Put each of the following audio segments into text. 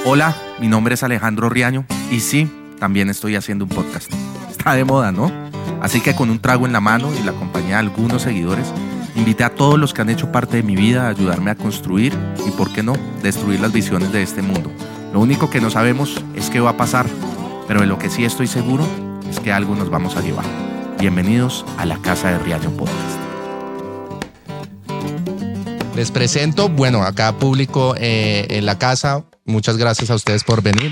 Hola, mi nombre es Alejandro Riaño y sí, también estoy haciendo un podcast. Está de moda, ¿no? Así que con un trago en la mano y la compañía de algunos seguidores, invité a todos los que han hecho parte de mi vida a ayudarme a construir y, ¿por qué no?, destruir las visiones de este mundo. Lo único que no sabemos es qué va a pasar, pero de lo que sí estoy seguro es que algo nos vamos a llevar. Bienvenidos a la Casa de Riaño Podcast. Les presento, bueno, acá público en la casa, muchas gracias a ustedes por venir.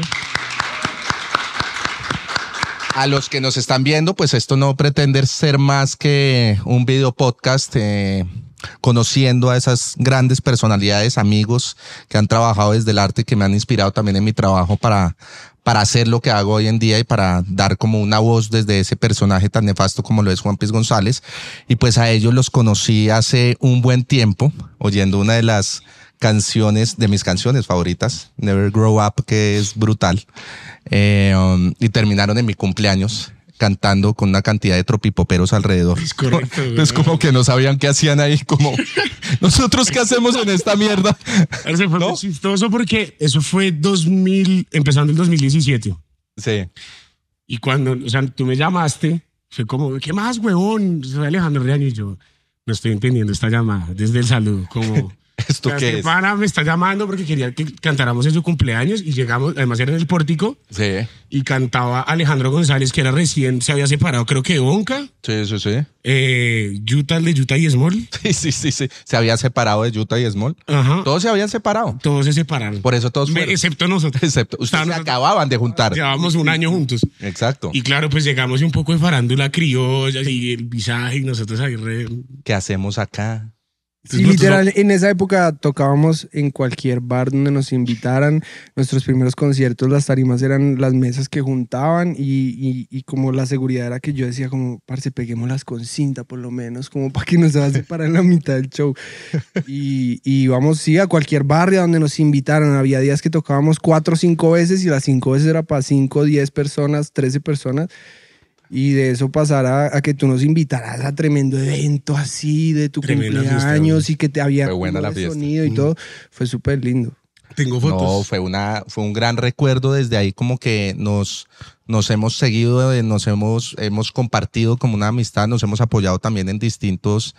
A los que nos están viendo, pues esto no pretende ser más que un video podcast conociendo a esas grandes personalidades, amigos que han trabajado desde el arte y que me han inspirado también en mi trabajo para hacer lo que hago hoy en día y para dar como una voz desde ese personaje tan nefasto como lo es Juan Piz González. Y pues a ellos los conocí hace un buen tiempo, oyendo una de las canciones, de mis canciones favoritas, Never Grow Up, que es brutal. Y terminaron en mi cumpleaños cantando con una cantidad de tropipoperos alrededor. Es correcto. Entonces como que no sabían qué hacían ahí, como nosotros qué hacemos en esta mierda. Fue muy chistoso porque eso fue empezando el 2017. Sí. Y cuando, o sea, tú me llamaste, fue como, ¿qué más, huevón? Soy Alejandro Riaño y yo no estoy entendiendo esta llamada desde el saludo, como... ¿Esto qué es? Pana me está llamando porque quería que cantáramos en su cumpleaños y llegamos, además era en el pórtico. Sí. Y cantaba Alejandro González, que era recién, se había separado, creo que de Bonca. Sí. Utah, el de Utah y Small. Sí. Se había separado de Utah y Small. Ajá. Todos se habían separado. Todos se separaron. Por eso todos fueron. Excepto nosotros. Excepto ustedes se acababan de juntar. Llevábamos un año juntos. Exacto. Y claro, pues llegamos y un poco de farándula criolla y el visaje y nosotros ahí ¿Qué hacemos acá? Sí, literal, en esa época tocábamos en cualquier bar donde nos invitaran. Nuestros primeros conciertos, las tarimas eran las mesas que juntaban y como la seguridad era que yo decía como, parce, peguémoslas con cinta por lo menos, como para que no se va a separar en la mitad del show. Y íbamos, sí, a cualquier barrio donde nos invitaran. Había días que tocábamos 4 o 5 veces y las 5 veces era para 5, 10 personas, 13 personas. Y de eso pasar a que tú nos invitaras a tremendo evento así de tu Tremenda cumpleaños fiesta, y que te había fue buena la fiesta. Sonido y todo. Fue súper lindo. Tengo fotos. No, fue un gran recuerdo. Desde ahí como que nos hemos seguido, hemos compartido como una amistad, nos hemos apoyado también en distintos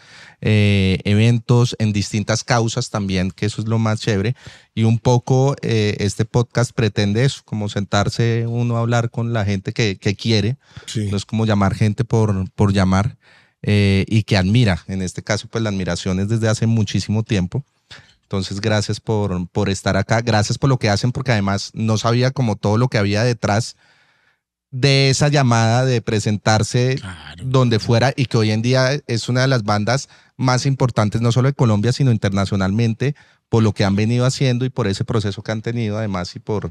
eventos, en distintas causas también, que eso es lo más chévere. Y un poco este podcast pretende eso, como sentarse uno a hablar con la gente que quiere. Sí. No es como llamar gente por llamar y que admira. En este caso, pues la admiración es desde hace muchísimo tiempo. Entonces, gracias por estar acá. Gracias por lo que hacen, porque además no sabía como todo lo que había detrás de esa llamada de presentarse donde fuera y que hoy en día es una de las bandas más importantes, no solo de Colombia, sino internacionalmente, por lo que han venido haciendo y por ese proceso que han tenido además y por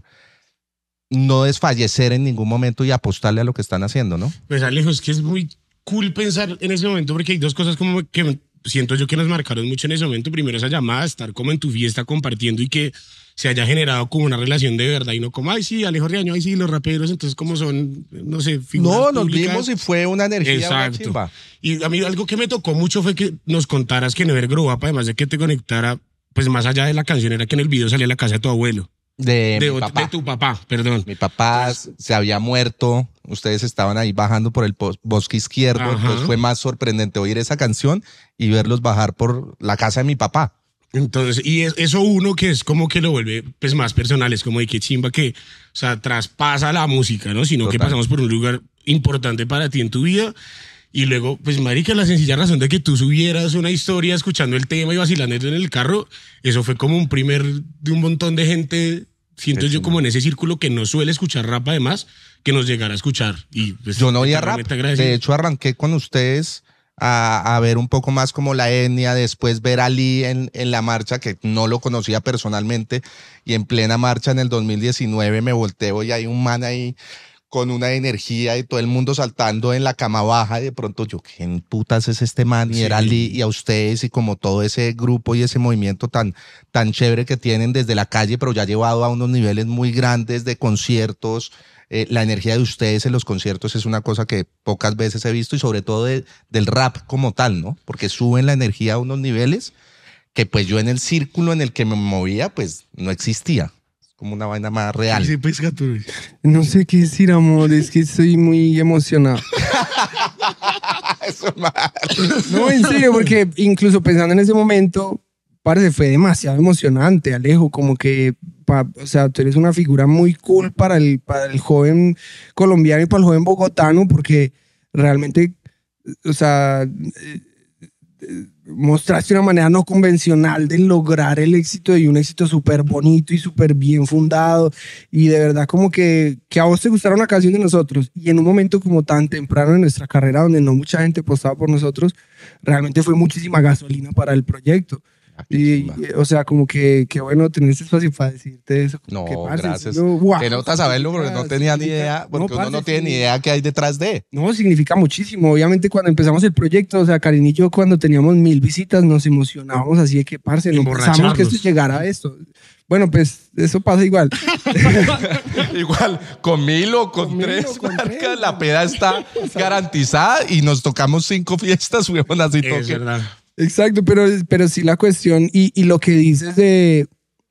no desfallecer en ningún momento y apostarle a lo que están haciendo, ¿no? Pues Alejo, es que es muy cool pensar en ese momento porque hay dos cosas como que siento yo que nos marcaron mucho en ese momento. Primero, esa llamada, estar como en tu fiesta compartiendo y que se haya generado como una relación de verdad y no como, ay, sí, Alejo Riaño, ay, sí, los raperos, entonces como son, no sé, figuras No, nos públicas. vimos y fue una energía. Exacto. Una chimba. Y a mí algo que me tocó mucho fue que nos contaras que Never Grow Up, además de que te conectara, pues más allá de la canción, era que en el video salía la casa de tu abuelo. De Tu papá, perdón. Mi papá se había muerto, ustedes estaban ahí bajando por el bosque izquierdo, Ajá. entonces fue más sorprendente oír esa canción y verlos bajar por la casa de mi papá. Entonces, y eso uno que es como que lo vuelve pues más personal, es como de que chimba que, o sea, traspasa la música, ¿no? Sino que Total. pasamos por un lugar importante para ti en tu vida. Y luego, pues marica, la sencilla razón de que tú subieras una historia escuchando el tema y vacilando en el carro, eso fue como un primer de un montón de gente, siento yo como en ese círculo que no suele escuchar rap además, que nos llegara a escuchar. Y pues, Yo no oía rap, eternamente agradecido. de hecho arranqué con ustedes a ver un poco más como la etnia, después ver a Lee en la marcha, que no lo conocía personalmente, y en plena marcha en el 2019 me volteo y hay un man ahí con una energía y todo el mundo saltando en la cama baja y de pronto yo, ¿quién putas es este man? Y Sí. era Lee y a ustedes y como todo ese grupo y ese movimiento tan chévere que tienen desde la calle, pero ya llevado a unos niveles muy grandes de conciertos. La energía de ustedes en los conciertos es una cosa que pocas veces he visto y sobre todo del rap como tal, ¿no? Porque suben la energía a unos niveles que pues yo en el círculo en el que me movía pues no existía. como una vaina más real. Sí, pesca tú. No sé qué decir, amor, es que estoy muy emocionado. Eso es mal. No, en serio, porque incluso pensando en ese momento, parce, fue demasiado emocionante, Alejo, como que, o sea, tú eres una figura muy cool para el joven colombiano y para el joven bogotano, porque realmente, o sea, mostraste una manera no convencional de lograr el éxito y un éxito súper bonito y súper bien fundado, y de verdad como que a vos te gustaron una canción de nosotros y en un momento como tan temprano en nuestra carrera donde no mucha gente apostaba por nosotros, realmente fue muchísima gasolina para el proyecto. O sea, como que bueno tener este espacio para decirte eso. No, que, parce, gracias. wow, Que nota saberlo porque no tenía ni idea, porque uno no tiene ni idea qué hay detrás de. No, significa muchísimo. Obviamente cuando empezamos el proyecto, o sea, Karin y yo cuando teníamos 1000 visitas nos emocionábamos así de que, parce, no pensamos que esto llegara a esto. Bueno, pues eso pasa igual. Igual, con 1000 o con 3 marcas, la peda está garantizada y nos tocamos 5 fiestas, fuimos así Es toque. verdad. Exacto, pero sí la cuestión y lo que dices de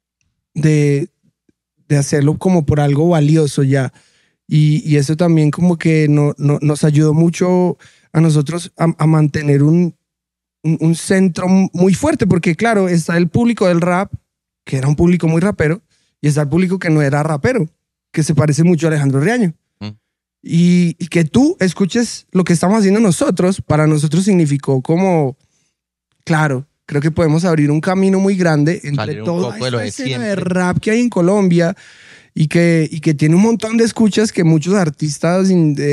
hacerlo como por algo valioso ya. Y eso también como que nos ayudó mucho a nosotros a mantener un centro muy fuerte, porque claro, está el público del rap, que era un público muy rapero, y está el público que no era rapero, que se parece mucho a Alejandro Riaño. Y que tú escuches lo que estamos haciendo nosotros, para nosotros significó como, claro, creo que podemos abrir un camino muy grande entre toda esta escena de rap que hay en Colombia y que tiene un montón de escuchas que muchos artistas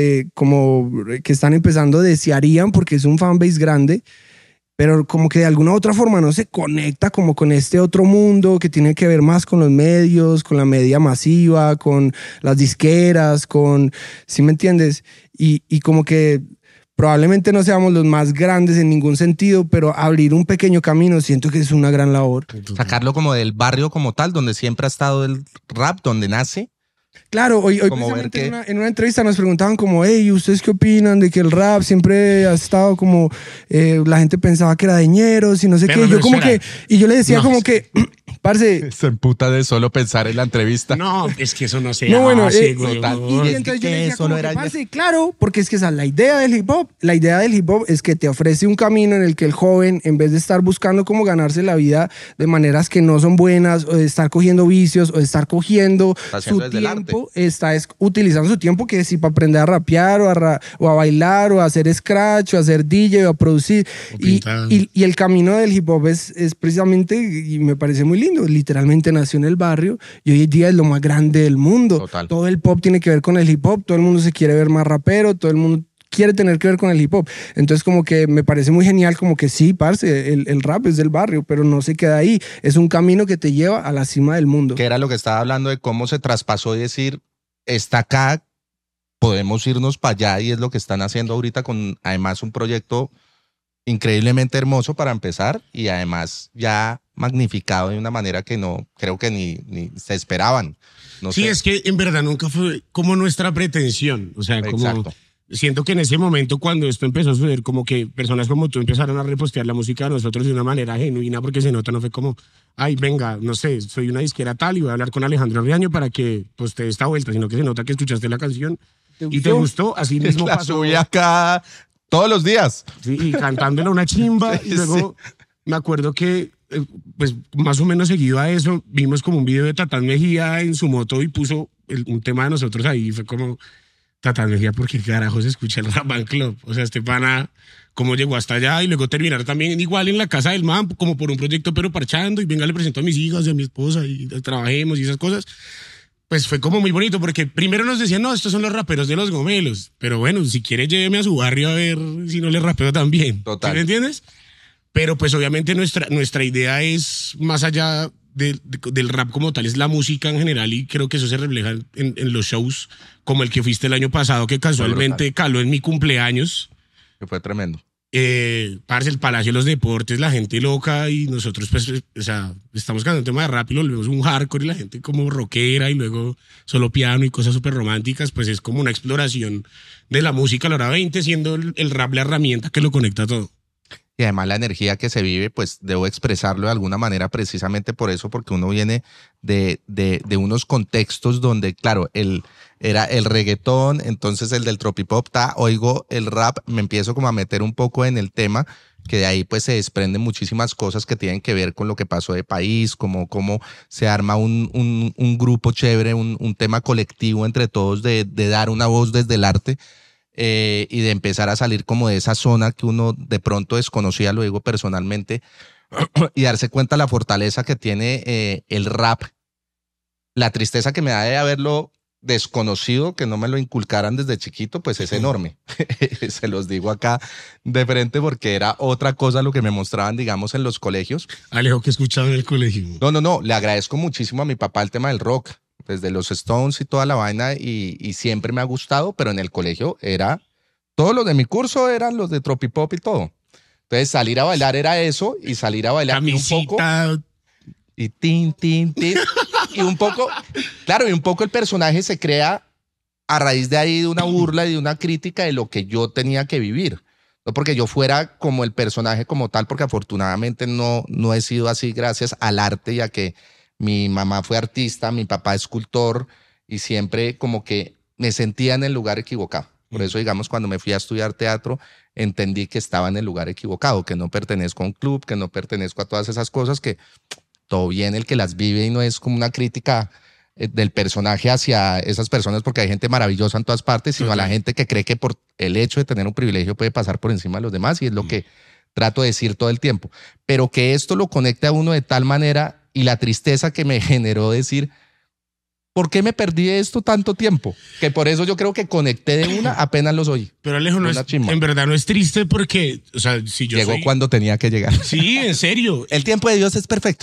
como que están empezando desearían porque es un fanbase grande, pero como que de alguna u otra forma no se conecta como con este otro mundo que tiene que ver más con los medios, con la media masiva, con las disqueras, ¿sí me entiendes? Y como que probablemente no seamos los más grandes en ningún sentido, pero abrir un pequeño camino siento que es una gran labor. Sacarlo como del barrio como tal, donde siempre ha estado el rap, donde nace. Claro, hoy precisamente en una entrevista nos preguntaban como, hey, ¿ustedes qué opinan de que el rap siempre ha estado como, la gente pensaba que era de ñeros y no sé qué? Yo como que, y yo le decía como que, parce. Se emputa de solo pensar en la entrevista. No, es que eso no se No, bueno, hace, güey. y entonces yo le decía como que, parce, claro, porque es que esa es la idea del hip hop. La idea del hip hop es que te ofrece un camino en el que el joven, en vez de estar buscando cómo ganarse la vida de maneras que no son buenas, o de estar cogiendo vicios, o de estar cogiendo su tiempo, está utilizando su tiempo que si para aprender a rapear o a bailar o a hacer scratch o a hacer DJ o a producir. Y el camino del hip hop es precisamente, y me parece muy lindo, literalmente nació en el barrio y hoy en día es lo más grande del mundo. Total. Todo el pop tiene que ver con el hip hop, todo el mundo se quiere ver más rapero, todo el mundo quiere tener que ver con el hip hop. Entonces como que me parece muy genial como que sí, parce, el rap es del barrio, pero no se queda ahí. Es un camino que te lleva a la cima del mundo. Que era lo que estaba hablando de cómo se traspasó y decir, está acá, podemos irnos para allá, y es lo que están haciendo ahorita con además un proyecto increíblemente hermoso para empezar y además ya magnificado de una manera que no creo que ni se esperaban. No sí, sé. es que en verdad nunca fue como nuestra pretensión. O sea, como Exacto. siento que en ese momento cuando esto empezó a suceder, como que personas como tú empezaron a repostear la música de nosotros de una manera genuina, porque se nota, no fue como, ay, venga, no sé, soy una disquera tal y voy a hablar con Alejandro Riaño para que pues te dé esta vuelta, sino que se nota que escuchaste la canción y te gustó, así mismo La pasó. subí acá todos los días. Sí, y cantándola una chimba Sí, y luego me acuerdo que pues más o menos seguido a eso vimos como un video de Tatán Mejía en su moto y puso un tema de nosotros ahí y fue como, Tatán Mejía, ¿por qué carajos escucha el Rap Band Club? O sea, este pana, ¿cómo llegó hasta allá? Y luego terminar también igual en la casa del man, como por un proyecto, pero parchando, y venga, le presento a mis hijas y a mi esposa y trabajemos y esas cosas. Pues fue como muy bonito, porque primero nos decían, no, estos son los raperos de Los Gomelos, pero bueno, si quiere lléveme a su barrio a ver si no le rapeo también. Total. ¿Sí me entiendes? Pero pues obviamente nuestra idea es más allá del rap como tal, es la música en general, y creo que eso se refleja en los shows como el que fuiste el año pasado, que casualmente caló en mi cumpleaños. Que fue tremendo. Parce, el Palacio de los Deportes, la gente loca, y nosotros pues, o sea, estamos cantando un tema de rap y lo vemos un hardcore y la gente como rockera y luego solo piano y cosas súper románticas, pues es como una exploración de la música a la hora 20, siendo el rap la herramienta que lo conecta todo. y además la energía que se vive, pues debo expresarlo de alguna manera precisamente por eso, porque uno viene de unos contextos donde, claro, era el reggaetón, entonces el del tropipop, oigo el rap, me empiezo como a meter un poco en el tema, que de ahí pues se desprenden muchísimas cosas que tienen que ver con lo que pasó de país, como cómo se arma un grupo chévere, un tema colectivo entre todos de dar una voz desde el arte. Y de empezar a salir como de esa zona que uno de pronto desconocía, lo digo personalmente, y darse cuenta la fortaleza que tiene el rap, la tristeza que me da de haberlo desconocido, que no me lo inculcaran desde chiquito, pues es enorme. Se los digo acá de frente porque era otra cosa lo que me mostraban, digamos, en los colegios. Alejo, ¿qué escuchaba en el colegio? No, le agradezco muchísimo a mi papá el tema del rock, desde los Stones y toda la vaina, y siempre me ha gustado, pero en el colegio todos los de mi curso eran los de tropipop y todo. Entonces salir a bailar era eso, y salir a bailar Camisita. un poco, y tin, y un poco, claro, y un poco el personaje se crea a raíz de ahí de una burla y de una crítica de lo que yo tenía que vivir. No porque yo fuera como el personaje como tal, porque afortunadamente no he sido así gracias al arte y a que mi mamá fue artista, mi papá escultor, y siempre como que me sentía en el lugar equivocado. Por eso, digamos, cuando me fui a estudiar teatro, entendí que estaba en el lugar equivocado, que no pertenezco a un club, que no pertenezco a todas esas cosas, que todo bien el que las vive y no es como una crítica del personaje hacia esas personas, porque hay gente maravillosa en todas partes, sino a la gente que cree que por el hecho de tener un privilegio puede pasar por encima de los demás, y es lo que trato de decir todo el tiempo. Pero que esto lo conecte a uno de tal manera, y la tristeza que me generó decir, ¿por qué me perdí de esto tanto tiempo? Que por eso yo creo que conecté de una, apenas los oí. Pero Alejo, en verdad no es triste porque, o sea, si yo llegó cuando tenía que llegar. Sí, en serio. El tiempo de Dios es perfecto.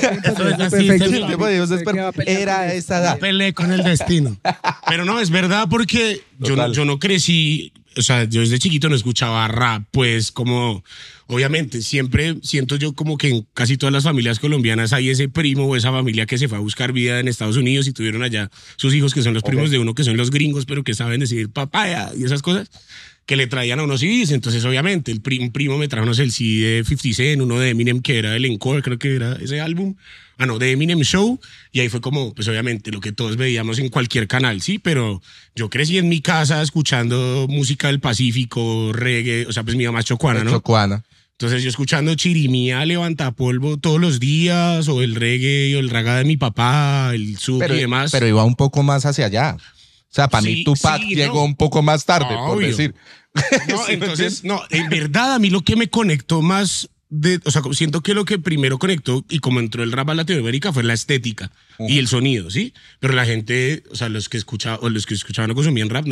El tiempo de Dios es perfecto. Era esa edad. Peleé con el destino. Pero no, es verdad porque yo no crecí, o sea, yo desde chiquito no escuchaba rap, pues como, obviamente, siempre siento yo como que en casi todas las familias colombianas hay ese primo o esa familia que se fue a buscar vida en Estados Unidos y tuvieron allá sus hijos que son los primos de uno, que son los gringos, pero que saben decir papaya y esas cosas, que le traían a unos CDs. Entonces, obviamente, un primo me trajo, no sé, el CD de 50 Cent, uno de Eminem, que era el Encore, creo que era ese álbum. De Eminem Show, y ahí fue como, pues obviamente, lo que todos veíamos en cualquier canal, sí, pero yo crecí en mi casa escuchando música del Pacífico, reggae, o sea, pues mi mamá es chocuana, ¿no? Chocuana. Entonces yo escuchando Chirimía, Levantapolvo todos los días, o el reggae, o el raga de mi papá, el sub y demás. Pero iba un poco más hacia allá. O sea, para mí Tupac llegó un poco más tarde, por decir. No, ¿sí, entonces, en verdad, a mí lo que me conectó más, o sea, siento que lo que primero conectó y como entró el rap a Latinoamérica fue la estética y el sonido, ¿sí? Pero la gente, o sea, los que escuchaban o consumían rap no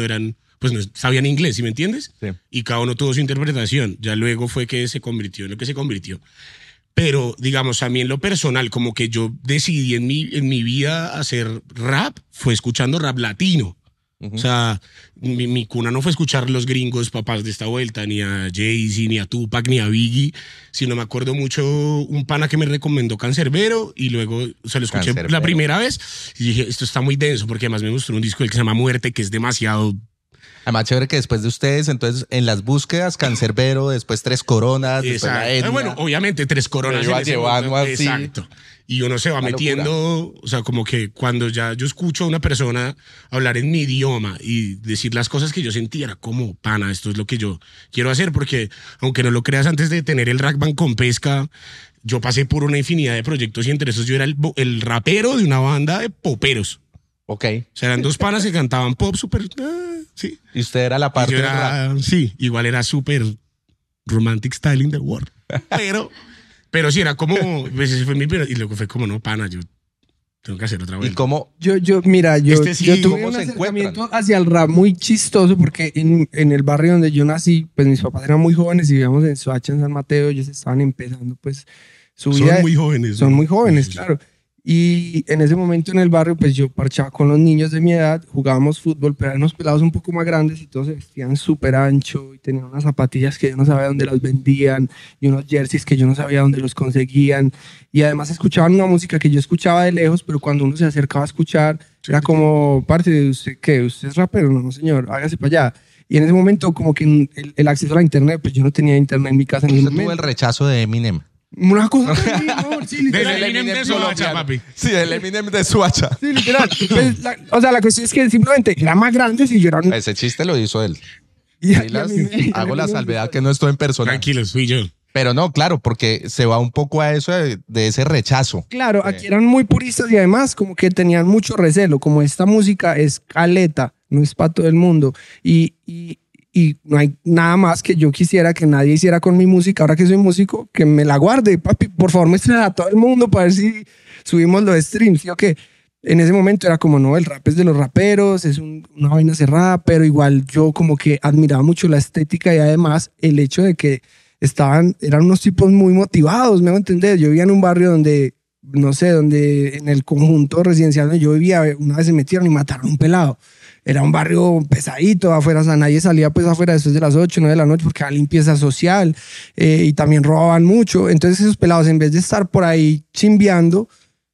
sabían inglés, ¿sí me entiendes? Sí. Y cada uno tuvo su interpretación. Ya luego fue que se convirtió en lo que se convirtió. Pero, digamos, a mí en lo personal, como que yo decidí en mi vida hacer rap, fue escuchando rap latino. O sea, mi cuna no fue escuchar los gringos papás de esta vuelta, ni a Jay-Z, ni a Tupac, ni a Biggie, sino me acuerdo mucho un pana que me recomendó Canserbero, y luego, o sea, lo escuché la primera vez y dije, esto está muy denso, porque además me mostró un disco que se llama Muerte, que es demasiado... Además, chévere que después de ustedes, entonces, en las búsquedas, Canserbero, después Tres Coronas, después la Etnia. Bueno, obviamente Tres Coronas. Así. Exacto. Y uno se va metiendo, o sea, como que cuando ya yo escucho a una persona hablar en mi idioma y decir las cosas que yo sentía, era como, pana, esto es lo que yo quiero hacer, porque aunque no lo creas, antes de tener el Rack Band con Pesca, yo pasé por una infinidad de proyectos, y entre esos yo era el rapero de una banda de poperos. Ok. O sea, eran dos panas que cantaban pop súper... sí. Y usted era la parte del rap. Sí, igual era súper romantic style in the world. Pero sí, era como, pues ese fue mi primer, y luego fue como, no, pana, yo tengo que hacer otra vez. ¿Y cómo? Yo tuve un acercamiento hacia el rap muy chistoso, porque en el barrio donde yo nací, pues mis papás eran muy jóvenes y vivíamos en Soacha, en San Mateo. Ellos estaban empezando pues su vida. Son muy jóvenes. Son muy jóvenes, sí, claro. Y en ese momento en el barrio, pues yo parchaba con los niños de mi edad, jugábamos fútbol, pero eran unos pelados un poco más grandes y todos se vestían súper ancho y tenían unas zapatillas que yo no sabía dónde las vendían y unos jerseys que yo no sabía dónde los conseguían, y además escuchaban una música que yo escuchaba de lejos, pero cuando uno se acercaba a escuchar era como, parte de usted, ¿qué? ¿Usted es rapero? No, señor, hágase para allá. Y en ese momento como que el acceso a la internet, pues yo no tenía internet en mi casa en ese Usted tuvo momento. el rechazo de Eminem. Una cosa así, no, sí, literal. Del Eminem de Soacha, papi. Sí, el Eminem de Suacha. Sí, literal. Pues, o sea, la cuestión es que simplemente era más grande si yo era... Ese chiste lo hizo él. y a Pilas, mí me- hago la salvedad que no estoy en persona. Tranquilos, fui yo. Pero no, claro, porque se va un poco a eso de ese rechazo. Claro, aquí eran muy puristas y además como que tenían mucho recelo, como esta música es caleta, no es para todo el mundo. Y no hay nada más que yo quisiera que nadie hiciera con mi música, ahora que soy músico, que me la guarde. Papi, por favor, muéstrenla a todo el mundo para ver si subimos los streams, ¿sí o qué? En ese momento era como, no, el rap es de los raperos, es una vaina cerrada, pero igual yo como que admiraba mucho la estética y además el hecho de que eran unos tipos muy motivados, me hago entender. Yo vivía en un barrio donde, no sé, donde en el conjunto residencial donde yo vivía, una vez se metieron y mataron a un pelado. Era un barrio pesadito afuera, o sea, nadie salía pues afuera después de las 8, 9 de la noche porque había limpieza social y también robaban mucho. Entonces esos pelados, en vez de estar por ahí chimbeando,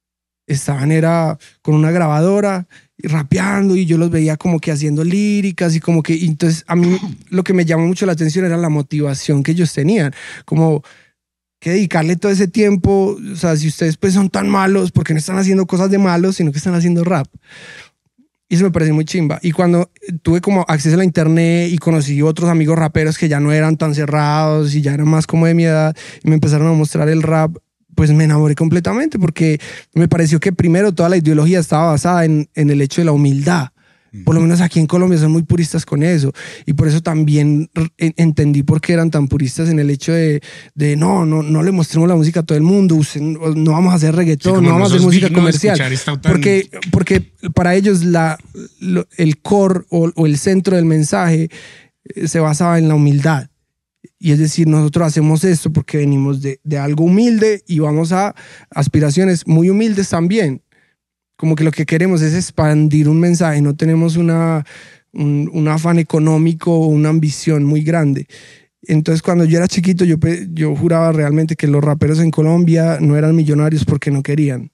era con una grabadora y rapeando, y yo los veía como que haciendo líricas y como que, y entonces a mí lo que me llamó mucho la atención era la motivación que ellos tenían, como que dedicarle todo ese tiempo. O sea, si ustedes pues son tan malos, ¿por qué no están haciendo cosas de malos, sino que están haciendo rap? Y eso me pareció muy chimba. Y cuando tuve como acceso a la internet y conocí otros amigos raperos que ya no eran tan cerrados y ya eran más como de mi edad y me empezaron a mostrar el rap, pues me enamoré completamente, porque me pareció que primero toda la ideología estaba basada en el hecho de la humildad. Por lo menos aquí en Colombia son muy puristas con eso, y por eso también entendí por qué eran tan puristas en el hecho de no le mostremos la música a todo el mundo, no vamos a hacer reggaetón, Sí, no vamos a hacer música digno de comercial, escuchar esta tan- porque para ellos el core o el centro del mensaje se basaba en la humildad. Y es decir, nosotros hacemos esto porque venimos de algo humilde y vamos a aspiraciones muy humildes también. Como que lo que queremos es expandir un mensaje, no tenemos un afán económico o una ambición muy grande. Entonces, cuando yo era chiquito, yo juraba realmente que los raperos en Colombia no eran millonarios porque no querían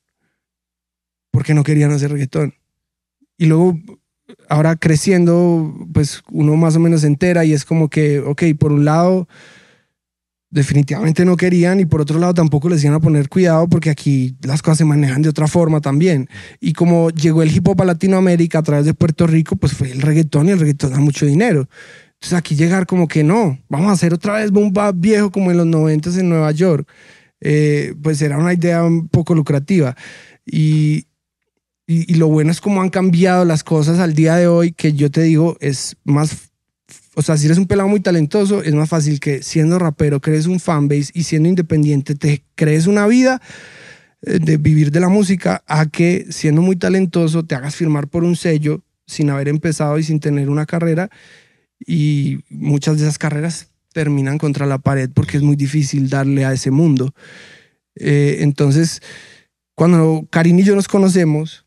hacer reggaetón. Y luego, ahora creciendo, pues uno más o menos se entera y es como que, ok, por un lado definitivamente no querían, y por otro lado tampoco les iban a poner cuidado porque aquí las cosas se manejan de otra forma también. Y como llegó el hip hop a Latinoamérica a través de Puerto Rico, pues fue el reggaetón, y el reggaetón da mucho dinero. Entonces aquí llegar como que no, vamos a hacer otra vez boom bap viejo como en los 90s en Nueva York, pues era una idea un poco lucrativa. Y lo bueno es cómo han cambiado las cosas al día de hoy, que yo te digo, es más... O sea, si eres un pelado muy talentoso, es más fácil que siendo rapero crees un fanbase y siendo independiente te crees una vida de vivir de la música, a que siendo muy talentoso te hagas firmar por un sello sin haber empezado y sin tener una carrera, y muchas de esas carreras terminan contra la pared porque es muy difícil darle a ese mundo. Entonces, cuando Karim y yo nos conocemos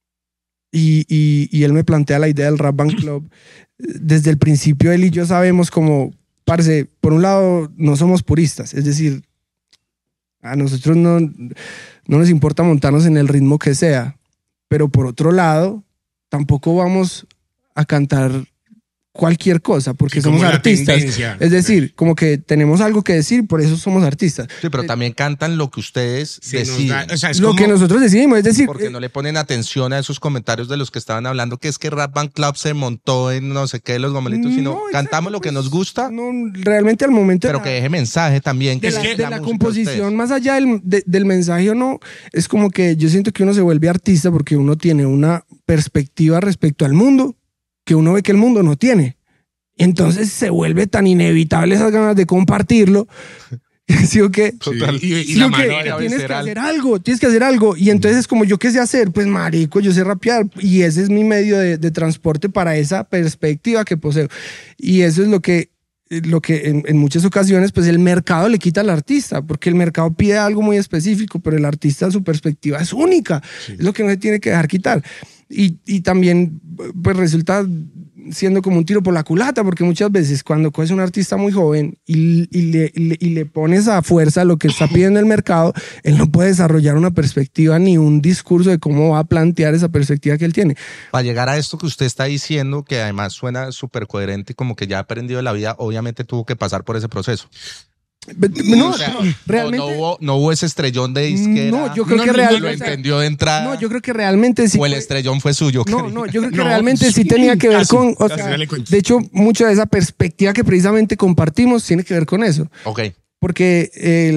y él me plantea la idea del Rap Band Club, desde el principio él y yo sabemos como, parce, por un lado no somos puristas, es decir, a nosotros no nos importa montarnos en el ritmo que sea, pero por otro lado tampoco vamos a cantar cualquier cosa porque Sí, como somos la artistas. tendencia. Es decir, como que tenemos algo que decir, por eso somos artistas. Sí, pero también cantan lo que ustedes Se nos deciden. da- o sea, es Lo como- que nosotros decidimos, es decir, Porque no le ponen atención a esos comentarios de los que estaban hablando, que es que Rap Band Club se montó en no sé qué de los gomelitos, sino no, cantamos exacto, lo que pues, nos gusta, no, realmente al momento pero que deje mensaje también. de que la, es de la música de composición, ustedes. más allá del mensaje o no, es como que yo siento que uno se vuelve artista porque uno tiene una perspectiva respecto al mundo que uno ve que el mundo no tiene. Entonces se vuelve tan inevitable esas ganas de compartirlo. ¿Sí o qué? Total. Y Sí, la o qué, manera. tienes que hacer algo. Y entonces, como yo qué sé hacer, pues marico, yo sé rapear. Y ese es mi medio de transporte para esa perspectiva que poseo. Y eso es lo que en muchas ocasiones, pues el mercado le quita al artista, porque el mercado pide algo muy específico, pero el artista, su perspectiva es única. Es lo que no se tiene que dejar quitar. Y también, pues resulta siendo como un tiro por la culata, porque muchas veces cuando coges un artista muy joven y le pones a fuerza lo que está pidiendo el mercado, él no puede desarrollar una perspectiva ni un discurso de cómo va a plantear esa perspectiva que él tiene. Para llegar a esto que usted está diciendo, que además suena súper coherente y como que ya ha aprendido de la vida, obviamente tuvo que pasar por ese proceso. No, O sea, realmente. no hubo ese estrellón de disquera. No, yo creo que lo realmente. entendió de entrada. No, yo creo que realmente sí. O el estrellón fue suyo. No, yo creo que realmente sí tenía que ver con. O sea, de hecho, mucha de esa perspectiva que precisamente compartimos tiene que ver con eso. Ok. Porque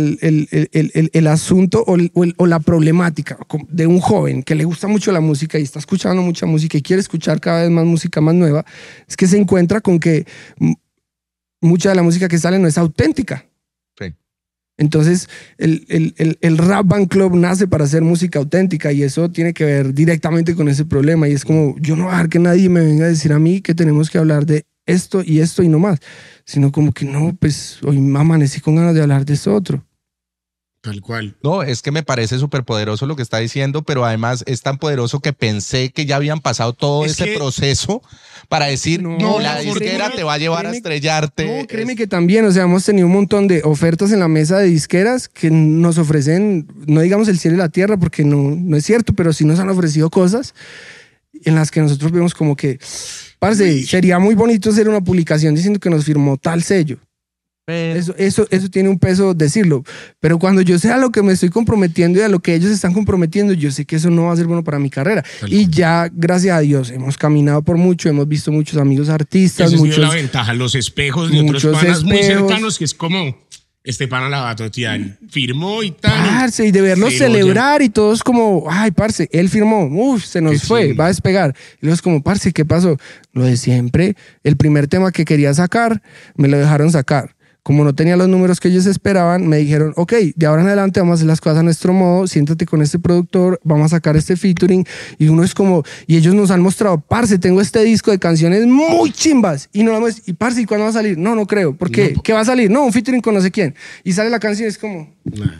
el asunto o la problemática de un joven que le gusta mucho la música y está escuchando mucha música y quiere escuchar cada vez más música más nueva, es que se encuentra con que mucha de la música que sale no es auténtica. Sí. Entonces, el Rap Band Club nace para hacer música auténtica y eso tiene que ver directamente con ese problema. Y es como, yo no voy a dejar que nadie me venga a decir a mí que tenemos que hablar de esto y no más, sino como que no, pues hoy amanecí con ganas de hablar de esto otro. Tal cual. No, es que me parece súper poderoso lo que está diciendo, pero además es tan poderoso que pensé que ya habían pasado todo ese proceso para decir, no, la disquera te va a llevar a estrellarte. No, créeme que también, o sea, hemos tenido un montón de ofertas en la mesa de disqueras que nos ofrecen, no digamos el cielo y la tierra, porque no es cierto, pero sí nos han ofrecido cosas en las que nosotros vemos como que, parce, sería muy bonito hacer una publicación diciendo que nos firmó tal sello. Eso tiene un peso decirlo, pero cuando yo sé a lo que me estoy comprometiendo y a lo que ellos están comprometiendo, yo sé que eso no va a ser bueno para mi carrera. Y ya, gracias a Dios, hemos caminado por mucho, hemos visto muchos amigos artistas. Esa es la ventaja, los espejos de otros panas muy cercanos, que es como, este pana la va a totear, firmó y tal. Parce, y de verlos celebrar y todos como, ay, parce, él firmó, se nos fue, va a despegar. Y luego es como, parce, ¿qué pasó? Lo de siempre, el primer tema que quería sacar, me lo dejaron sacar. Como no tenía los números que ellos esperaban, me dijeron, ok, de ahora en adelante vamos a hacer las cosas a nuestro modo, siéntate con este productor, vamos a sacar este featuring. Y uno es como, y ellos nos han mostrado, parce, tengo este disco de canciones muy chimbas. Y no vamos, y parce, ¿y cuándo va a salir? No creo. ¿Por qué? ¿Qué va a salir? No, un featuring con no sé quién. Y sale la canción y es como...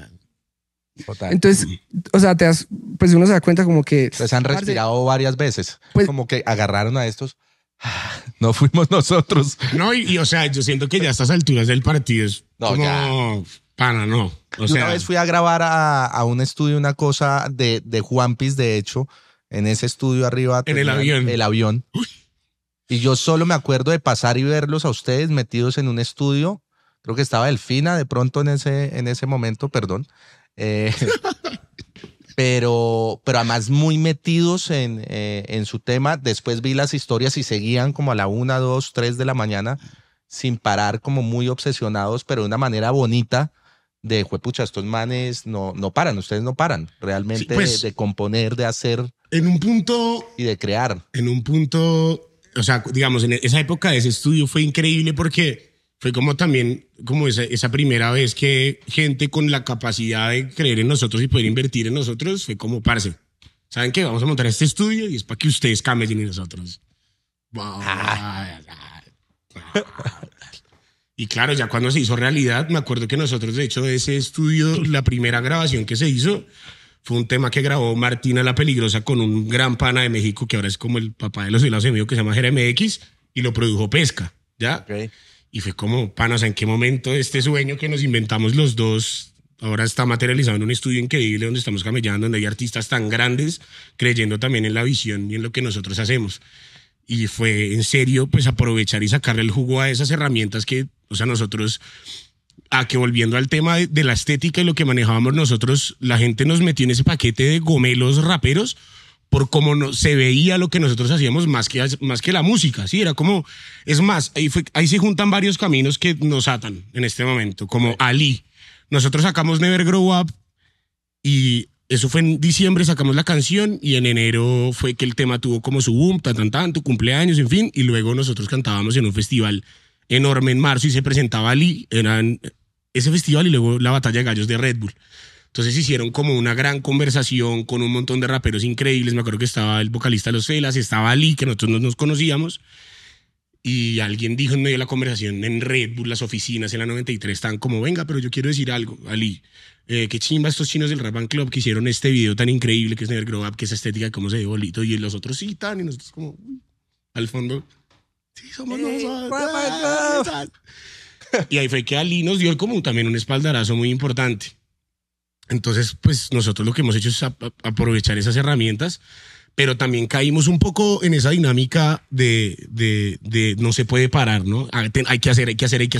Total. Entonces, o sea, pues uno se da cuenta como que... Pues han respirado varias veces. Pues, como que agarraron a estos... No fuimos nosotros. No, o sea, yo siento que ya a estas alturas del partido es como, pana, no. O sea, una vez fui a grabar a un estudio, una cosa de Juanpis, de hecho, en ese estudio arriba. En el avión. El avión. Uy. Y yo solo me acuerdo de pasar y verlos a ustedes metidos en un estudio. Creo que estaba Delfina de pronto en ese momento, perdón. Pero además muy metidos en su tema. Después vi las historias y seguían como a la 1, 2, 3 de la mañana sin parar, como muy obsesionados, pero de una manera bonita de, juepucha, estos manes no paran, ustedes no paran realmente, sí, pues, de componer, de hacer. En un punto. Y de crear. En un punto, o sea, digamos, en esa época de ese estudio fue increíble porque fue como también como esa primera vez que gente con la capacidad de creer en nosotros y poder invertir en nosotros fue como, parce, ¿saben qué? Vamos a montar este estudio y es para que ustedes cambien en nosotros. Y claro, ya cuando se hizo realidad, me acuerdo que nosotros, de hecho, de ese estudio, la primera grabación que se hizo fue un tema que grabó Martina La Peligrosa con un gran pana de México que ahora es como el papá de los helados de México, que se llama JeremX, y lo produjo Pesca, ¿ya? Okay. Y fue como, panas, ¿en qué momento este sueño que nos inventamos los dos ahora está materializado en un estudio increíble donde estamos camellando, donde hay artistas tan grandes creyendo también en la visión y en lo que nosotros hacemos? Y fue en serio, pues, aprovechar y sacarle el jugo a esas herramientas que, o sea, nosotros, que volviendo al tema de la estética y lo que manejábamos nosotros, la gente nos metió en ese paquete de gomelos raperos por cómo se veía lo que nosotros hacíamos más que la música, ¿sí? Era como, es más, ahí se juntan varios caminos que nos atan en este momento, como Ali. Nosotros sacamos Never Grow Up y eso fue en diciembre, sacamos la canción y en enero fue que el tema tuvo como su boom, tu cumpleaños, en fin, y luego nosotros cantábamos en un festival enorme en marzo y se presentaba Ali, eran ese festival y luego la Batalla de Gallos de Red Bull. Entonces hicieron como una gran conversación con un montón de raperos increíbles. Me acuerdo que estaba el vocalista de Los Felas, estaba Ali, que nosotros no nos conocíamos. Y alguien dijo en medio de la conversación en Red Bull, las oficinas en la 93 estaban como, venga, pero yo quiero decir algo, Ali. Qué chimba estos chinos del Rap Band Club que hicieron este video tan increíble que es Never Grow Up, que esa estética de cómo se ve bolito. Y los otros sí, tan, y nosotros como, al fondo. Sí, somos nosotros. Y ahí fue que Ali nos dio como también un espaldarazo muy importante. Entonces, pues nosotros lo que hemos hecho es aprovechar esas herramientas, pero también caímos un poco en esa dinámica de no se puede parar, ¿no? Hay que hacer.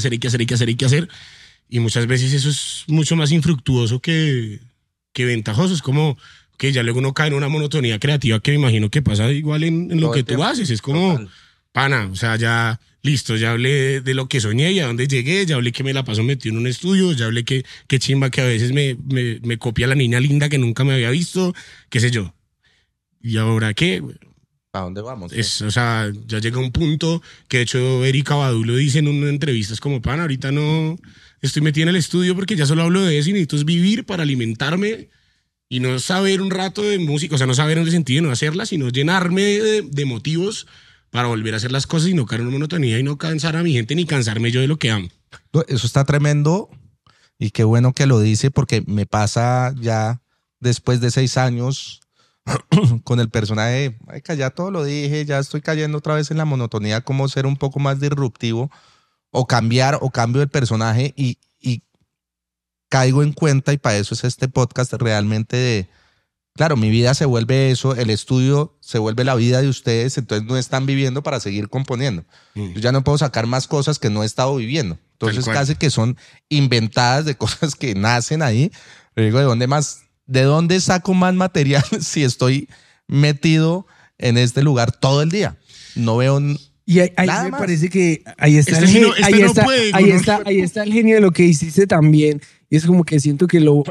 Y muchas veces eso es mucho más infructuoso que ventajoso. Es como que ya luego uno cae en una monotonía creativa que me imagino que pasa igual en lo que tú haces. Es como, Total. pana, o sea, ya listo, ya hablé de lo que soñé y a dónde llegué, ya hablé que me la paso metido en un estudio, ya hablé que chimba que a veces me copia la niña linda que nunca me había visto, qué sé yo. ¿Y ahora qué? ¿A dónde vamos? O sea, ya llega un punto que de hecho Erika Badu lo dice en una entrevista, es como, pana, ahorita no estoy metido en el estudio porque ya solo hablo de eso y necesito es vivir para alimentarme y no saber un rato de música, o sea, no saber en el sentido de no hacerla, sino llenarme de motivos para volver a hacer las cosas y no caer en una monotonía y no cansar a mi gente ni cansarme yo de lo que amo. Eso está tremendo y qué bueno que lo dice porque me pasa ya después de 6 años con el personaje, marica, ya todo lo dije, ya estoy cayendo otra vez en la monotonía, como ser un poco más disruptivo o cambio el personaje y caigo en cuenta y para eso es este podcast realmente de, claro, mi vida se vuelve eso, el estudio se vuelve la vida de ustedes, entonces no están viviendo para seguir componiendo. Yo ya no puedo sacar más cosas que no he estado viviendo. Entonces casi que son inventadas de cosas que nacen ahí. Pero digo, ¿de dónde saco más material si estoy metido en este lugar todo el día? No veo Y ahí nada me más. parece que ahí está Este el sí genio, no- este no puede, ¿no? ahí está el genio de lo que hiciste también. Y es como que siento que lo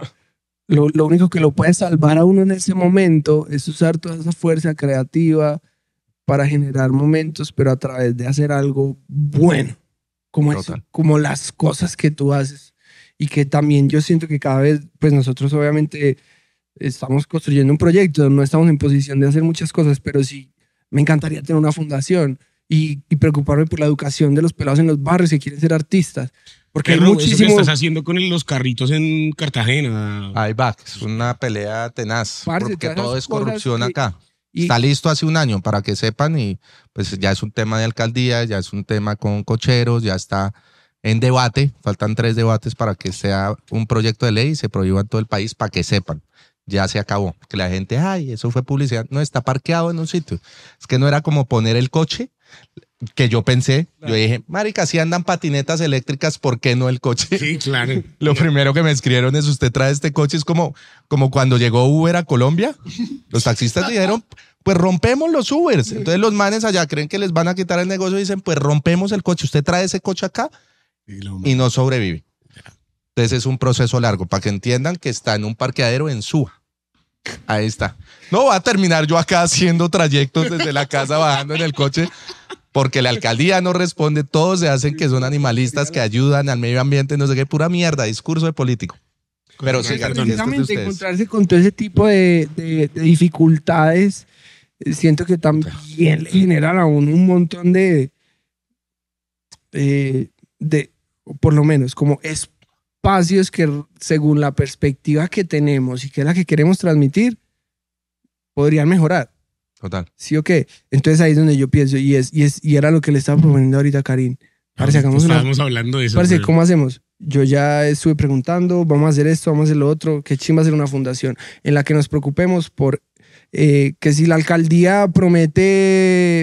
único que lo puede salvar a uno en ese momento es usar toda esa fuerza creativa para generar momentos, pero a través de hacer algo bueno, como eso, Total. como las cosas que tú haces. Y que también yo siento que cada vez, pues nosotros obviamente estamos construyendo un proyecto, no estamos en posición de hacer muchas cosas, pero sí me encantaría tener una fundación y preocuparme por la educación de los pelados en los barrios que quieren ser artistas. Porque hay Perro, eso que muchísimo... estás haciendo con los carritos en Cartagena. Ahí va, es una pelea tenaz, Parce, porque todas todo esas es corrupción cosas acá. y- Está listo hace un año para que sepan y pues ya es un tema de alcaldía, ya es un tema con cocheros, ya está en debate, faltan 3 debates para que sea un proyecto de ley y se prohíba en todo el país para que sepan. Ya se acabó. Que la gente, ay, eso fue publicidad. No, está parqueado en un sitio. Es que no era como poner el coche, que yo pensé, yo dije, marica, si andan patinetas eléctricas, ¿por qué no el coche? Sí, claro. Lo primero que me escribieron es, usted trae este coche, es como cuando llegó Uber a Colombia. Los taxistas dijeron, pues rompemos los Ubers. Entonces los manes allá creen que les van a quitar el negocio y dicen, pues rompemos el coche. Usted trae ese coche acá y no sobrevive. Entonces es un proceso largo para que entiendan que está en un parqueadero en Suba. Ahí está. No va a terminar yo acá haciendo trayectos desde la casa bajando en el coche porque la alcaldía no responde. Todos se hacen que son animalistas que ayudan al medio ambiente, no sé qué, pura mierda, discurso de político. Pero sí, precisamente encontrarse con todo ese tipo de dificultades, siento que también le generan a uno un montón por lo menos como espacios que según la perspectiva que tenemos y que es la que queremos transmitir, podrían mejorar. Total. ¿Sí o qué? Entonces ahí es donde yo pienso y era lo que le estaba proponiendo ahorita a Karim. Parece, hagamos Estábamos hablando de eso. Parce, pero- ¿cómo hacemos? Yo ya estuve preguntando, vamos a hacer esto, vamos a hacer lo otro, qué chimba hacer una fundación en la que nos preocupemos por que si la alcaldía promete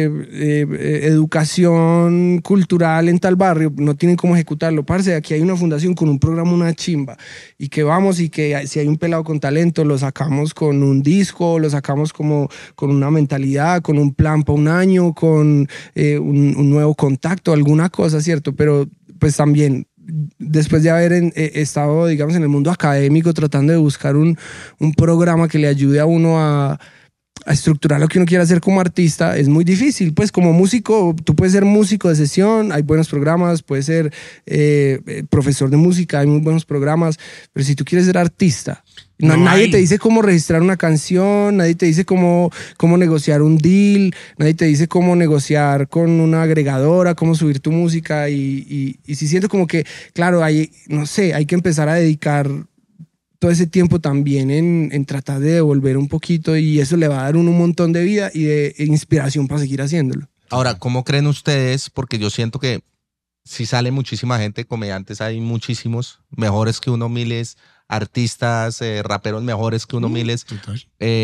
educación cultural en tal barrio, no tienen cómo ejecutarlo. Parce, aquí hay una fundación con un programa, una chimba, y que vamos y que si hay un pelado con talento, lo sacamos con un disco, lo sacamos como con una mentalidad, con un plan para un año, con un nuevo contacto, alguna cosa, ¿cierto? Pero pues también después de haber estado, digamos, en el mundo académico tratando de buscar un programa que le ayude a uno a estructurar lo que uno quiere hacer como artista, es muy difícil. Pues como músico, tú puedes ser músico de sesión, hay buenos programas, puedes ser profesor de música, hay muy buenos programas, pero si tú quieres ser artista, nadie te dice cómo registrar una canción, nadie te dice cómo negociar un deal, nadie te dice cómo negociar con una agregadora, cómo subir tu música y sí siento como que, claro, no sé, hay que empezar a dedicar todo ese tiempo también en tratar de devolver un poquito y eso le va a dar un montón de vida y de inspiración para seguir haciéndolo. Ahora, ¿cómo creen ustedes? Porque yo siento que sí sale muchísima gente, comediantes hay muchísimos, mejores que uno miles, artistas, raperos mejores que uno miles, Total.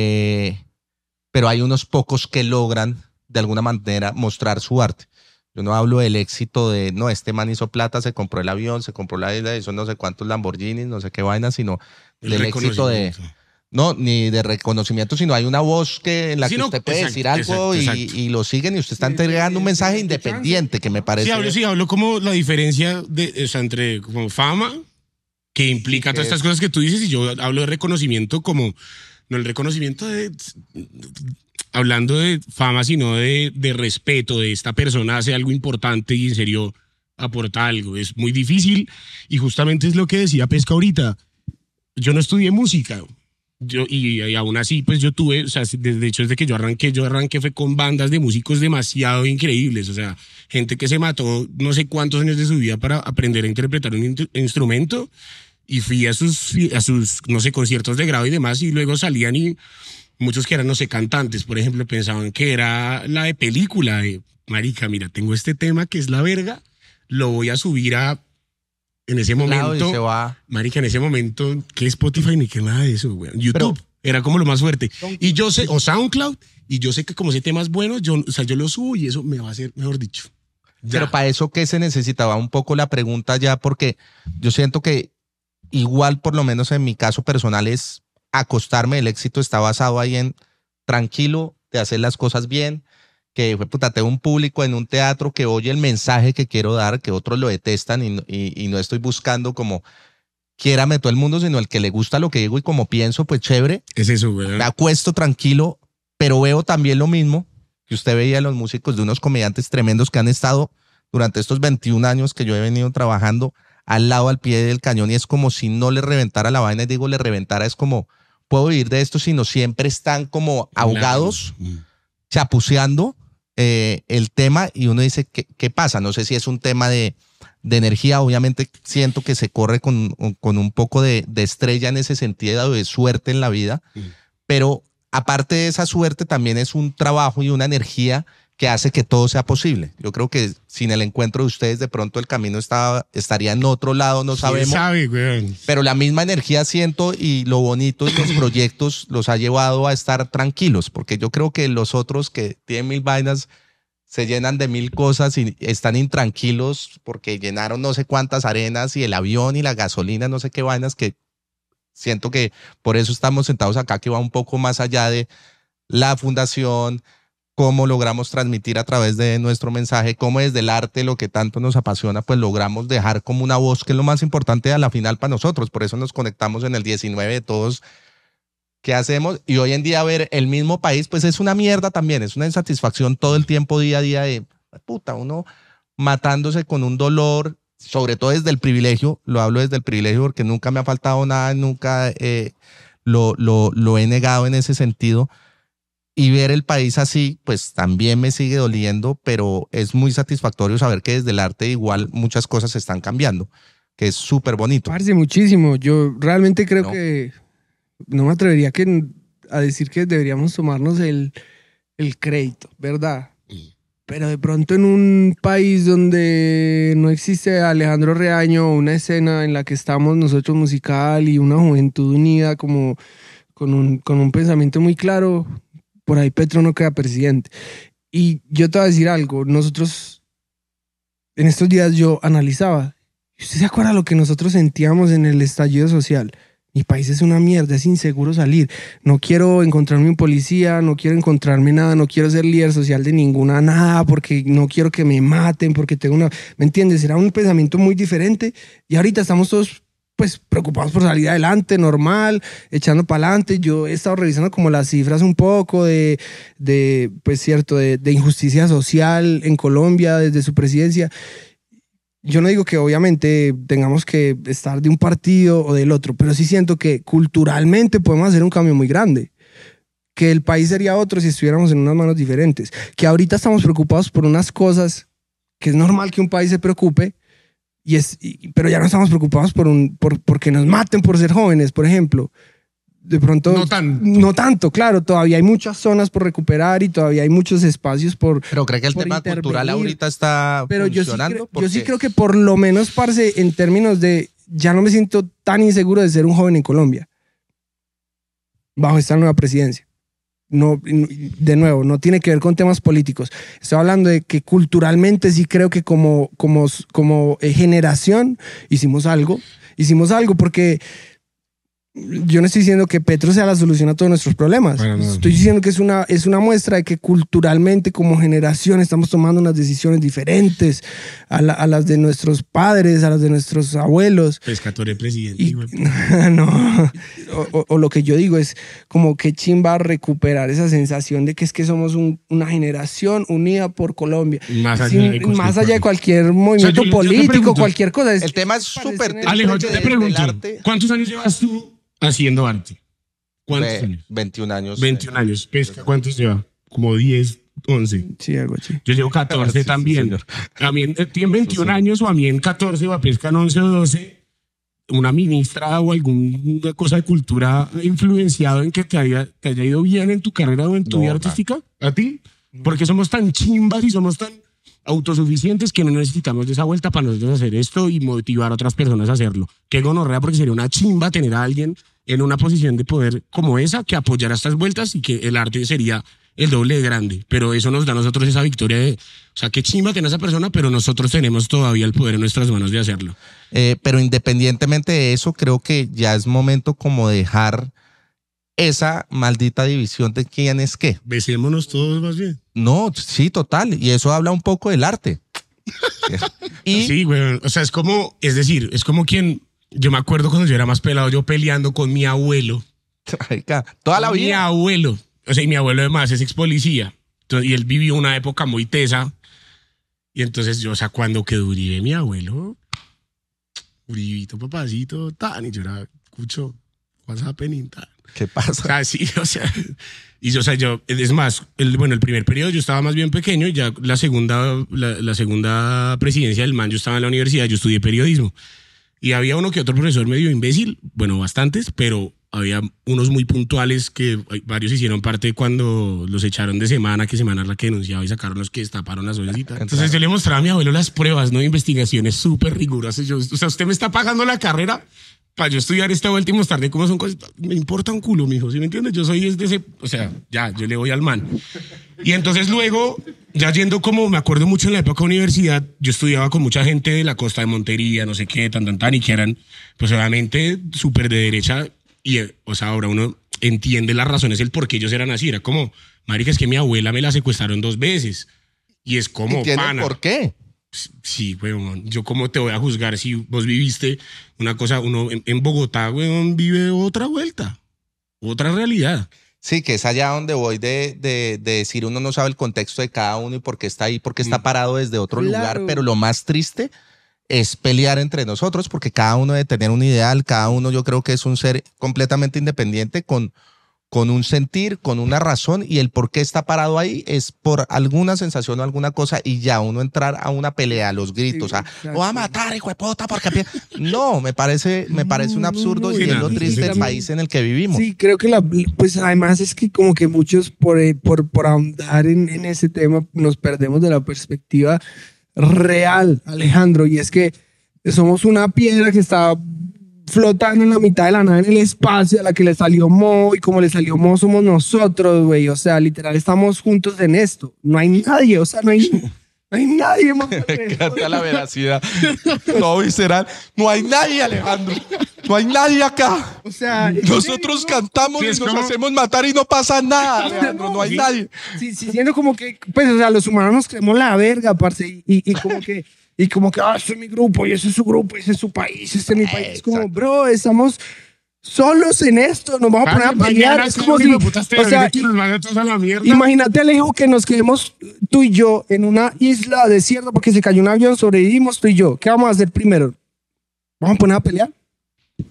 pero hay unos pocos que logran de alguna manera mostrar su arte. Yo no hablo del éxito de, no, este man hizo plata, se compró el avión, se compró la isla, hizo no sé cuántos Lamborghinis, no sé qué vaina, sino El del éxito de... reconocimiento. No, ni de reconocimiento, sino hay una voz en la Sí, que no, usted puede exacto, decir algo exacto. y lo siguen y usted está entregando un mensaje independiente que me parece... Sí, hablo como la diferencia o sea, entre como fama, que implica Sí, todas que estas cosas que tú dices, y yo hablo de reconocimiento como, no el reconocimiento de, hablando de fama, sino de respeto, de esta persona hace algo importante y en serio aporta algo. Es muy difícil y justamente es lo que decía Pesca ahorita. Yo no estudié música. Y aún así, pues yo tuve, o sea, de hecho, desde que yo arranqué fue con bandas de músicos demasiado increíbles, o sea, gente que se mató no sé cuántos años de su vida para aprender a interpretar un instrumento, y fui a sus, no sé, conciertos de grado y demás, y luego salían y muchos que eran, no sé, cantantes, por ejemplo, pensaban que era la de película, de, marica, mira, tengo este tema que es la verga, lo voy a subir a... En ese lado y momento, se va. marica, en ese momento, ¿qué Spotify ni qué nada de eso, güey? YouTube era como lo más fuerte. Y yo sé, o SoundCloud, y yo sé que como ese tema es bueno, yo lo subo y eso me va a hacer, mejor dicho. Ya. Pero para eso, ¿qué se necesitaba? Un poco la pregunta ya, porque yo siento que igual, por lo menos en mi caso personal, es acostarme. El éxito está basado ahí en tranquilo, de hacer las cosas bien, que puta, tengo un público en un teatro que oye el mensaje que quiero dar, que otros lo detestan y no estoy buscando como quiérame todo el mundo, sino el que le gusta lo que digo y como pienso, pues chévere. Es eso, güey. Me acuesto tranquilo, pero veo también lo mismo que usted veía en los músicos de unos comediantes tremendos que han estado durante estos 21 años que yo he venido trabajando al lado, al pie del cañón, y es como si no le reventara la vaina, y digo le reventara, es como, puedo vivir de esto, sino siempre están como ahogados, chapuceando el tema, y uno dice, ¿qué pasa? No sé si es un tema de energía, obviamente siento que se corre con un poco de estrella en ese sentido, de suerte en la vida, pero aparte de esa suerte también es un trabajo y una energía que hace que todo sea posible. Yo creo que sin el encuentro de ustedes de pronto el camino estaría en otro lado, no sabemos. ¿Quién sabe, güey? Pero la misma energía siento, y lo bonito de los proyectos los ha llevado a estar tranquilos, porque yo creo que los otros que tienen mil vainas se llenan de mil cosas y están intranquilos porque llenaron no sé cuántas arenas y el avión y la gasolina, no sé qué vainas, que siento que por eso estamos sentados acá, que va un poco más allá de la fundación, cómo logramos transmitir a través de nuestro mensaje, cómo desde el arte, lo que tanto nos apasiona, pues logramos dejar como una voz, que es lo más importante a la final para nosotros. Por eso nos conectamos en el 19 de todos. ¿Qué hacemos? Y hoy en día ver el mismo país, pues es una mierda también, es una insatisfacción todo el tiempo, día a día, de puta, uno matándose con un dolor, sobre todo desde el privilegio. Lo hablo desde el privilegio porque nunca me ha faltado nada, nunca lo he negado en ese sentido. Y ver el país así, pues también me sigue doliendo, pero es muy satisfactorio saber que desde el arte igual muchas cosas se están cambiando, que es súper bonito. Parce, muchísimo. Yo realmente creo que no me atrevería a decir que deberíamos tomarnos el crédito, ¿verdad? Pero de pronto en un país donde no existe Alejandro Reaño, una escena en la que estamos nosotros musical y una juventud unida como con un pensamiento muy claro, por ahí Petro no queda presidente. Y yo te voy a decir algo, nosotros en estos días yo analizaba, ¿usted se acuerda lo que nosotros sentíamos en el estallido social? Mi país es una mierda, es inseguro salir. No quiero encontrarme un policía, no quiero encontrarme nada, no quiero ser líder social de ninguna nada, porque no quiero que me maten, porque tengo una... ¿Me entiendes? Era un pensamiento muy diferente y ahorita estamos todos pues preocupados por salir adelante, normal, echando para adelante. Yo he estado revisando como las cifras un poco de pues cierto, de injusticia social en Colombia desde su presidencia. Yo no digo que obviamente tengamos que estar de un partido o del otro, pero sí siento que culturalmente podemos hacer un cambio muy grande. Que el país sería otro si estuviéramos en unas manos diferentes. Que ahorita estamos preocupados por unas cosas que es normal que un país se preocupe, pero ya no estamos preocupados porque nos maten por ser jóvenes, por ejemplo. de pronto No tanto. Claro, todavía hay muchas zonas por recuperar y todavía hay muchos espacios por Pero cree que el por tema intervenir. cultural ahorita está Pero funcionando. yo sí creo que por lo menos, parce, en términos de ya no me siento tan inseguro de ser un joven en Colombia bajo esta nueva presidencia. No, de nuevo, no tiene que ver con temas políticos. Estoy hablando de que culturalmente sí creo que como generación hicimos algo porque yo no estoy diciendo que Petro sea la solución a todos nuestros problemas. Bueno, no. Estoy diciendo que es una muestra de que culturalmente como generación estamos tomando unas decisiones diferentes a las de nuestros padres, a las de nuestros abuelos. Pescatore presidente. Y, no, o lo que yo digo es como que chimba recuperar esa sensación de que es que somos una generación unida por Colombia. Más allá de cualquier movimiento yo te político, pregunto, cualquier cosa. El tema es súper Alejo, yo te pregunto, arte. ¿cuántos años llevas tú haciendo arte? ¿Cuántos años? 21 años. 21 años. Pesca, ¿cuántos lleva? Como 10, 11. Sí, algo así. Yo llevo 14 Sí, también. señor. A mí tiene 21 años o a mí en 14 o a Pesca en 11 o 12. Una ministra o alguna cosa de cultura ha influenciado en que te haya ido bien en tu carrera o en tu vida artística. ¿A ti? Porque somos tan chimbas y somos tan autosuficientes que no necesitamos de esa vuelta para nosotros hacer esto y motivar a otras personas a hacerlo. Qué gonorrea, porque sería una chimba tener a alguien en una posición de poder como esa que apoyara estas vueltas y que el arte sería el doble de grande. Pero eso nos da a nosotros esa victoria de, o sea, qué chimba tener a esa persona, pero nosotros tenemos todavía el poder en nuestras manos de hacerlo. Pero independientemente de eso, creo que ya es momento como dejar esa maldita división de quién es qué. Besémonos todos más bien. No, sí, total. Y eso habla un poco del arte. Y Sí, güey. O sea, es como quien, yo me acuerdo cuando yo era más pelado, yo peleando con mi abuelo. toda la Mi vida. abuelo. O sea, y mi abuelo además es ex policía. Entonces, y él vivió una época muy tesa. Y entonces yo, o sea, cuando quedó Uribe, mi abuelo, Uribito, papacito, tan, y yo era, escucho, what's happening, tan. ¿Qué O pasa? sea, sí, o sea, y yo, o sea, yo, es más, el primer periodo yo estaba más bien pequeño y ya la segunda presidencia del man, yo estaba en la universidad, yo estudié periodismo. Y había uno que otro profesor medio imbécil, bueno, bastantes, pero había unos muy puntuales que varios hicieron parte cuando los echaron de Semana, que Semana es la que denunciaba y sacaron los que destaparon las ollecitas. Entonces yo le mostraba a mi abuelo las pruebas, ¿no? Investigaciones súper rigurosas. Yo, o sea, usted me está pagando la carrera para yo estudiar esta vuelta y mostrarle cómo son cosas. Me importa un culo, mijo, ¿sí me entiendes? Yo soy de ese, o sea, ya, yo le voy al man. Y entonces luego, ya yendo como, me acuerdo mucho en la época de universidad, yo estudiaba con mucha gente de la costa de Montería, no sé qué, tan, y que eran, pues obviamente, súper de derecha. Y, o sea, ahora uno entiende las razones, el por qué ellos eran así. Era como, marica, es que mi abuela me la secuestraron 2 veces. Y es como, ¿Entienden pana. por qué? Sí, weón. Yo cómo te voy a juzgar si vos viviste una cosa, uno en Bogotá, weón, vive otra vuelta, otra realidad. Sí, que es allá donde voy de decir uno no sabe el contexto de cada uno y por qué está ahí, porque está parado desde otro lugar, pero lo más triste es pelear entre nosotros porque cada uno debe tener un ideal, cada uno yo creo que es un ser completamente independiente con un sentir, con una razón y el por qué está parado ahí es por alguna sensación o alguna cosa y ya uno entrar a una pelea, a los gritos, Sí, lo va a matar, hijo de puta, porque no, me parece un absurdo y es lo triste del país en el que vivimos. Sí, creo que pues además es que como que muchos por ahondar en ese tema nos perdemos de la perspectiva real, Alejandro, y es que somos una piedra que está flotando en la mitad de la nave en el espacio, a la que le salió Mo, y como le salió Mo somos nosotros, güey, o sea, literal estamos juntos en esto, no hay nadie, o sea, no hay nadie más. Me encanta la veracidad, todo visceral, no hay nadie, Alejandro, no hay nadie acá. O sea, Nosotros cantamos Sí, y es nos como- hacemos matar y no pasa nada, Alejandro, no hay nadie. Sí, siendo como que, pues, o sea, los humanos nos creemos la verga, parce, y como que, este es mi grupo, y ese es su grupo, y ese es su país, este es mi país. Es como, Exacto. bro, estamos solos en esto, nos vamos a poner a pelear. Es como si, o sea, imagínate, Alejo, que nos quedemos tú y yo en una isla desierta porque se cayó un avión, sobrevivimos tú y yo. ¿Qué vamos a hacer primero? ¿Vamos a poner a pelear?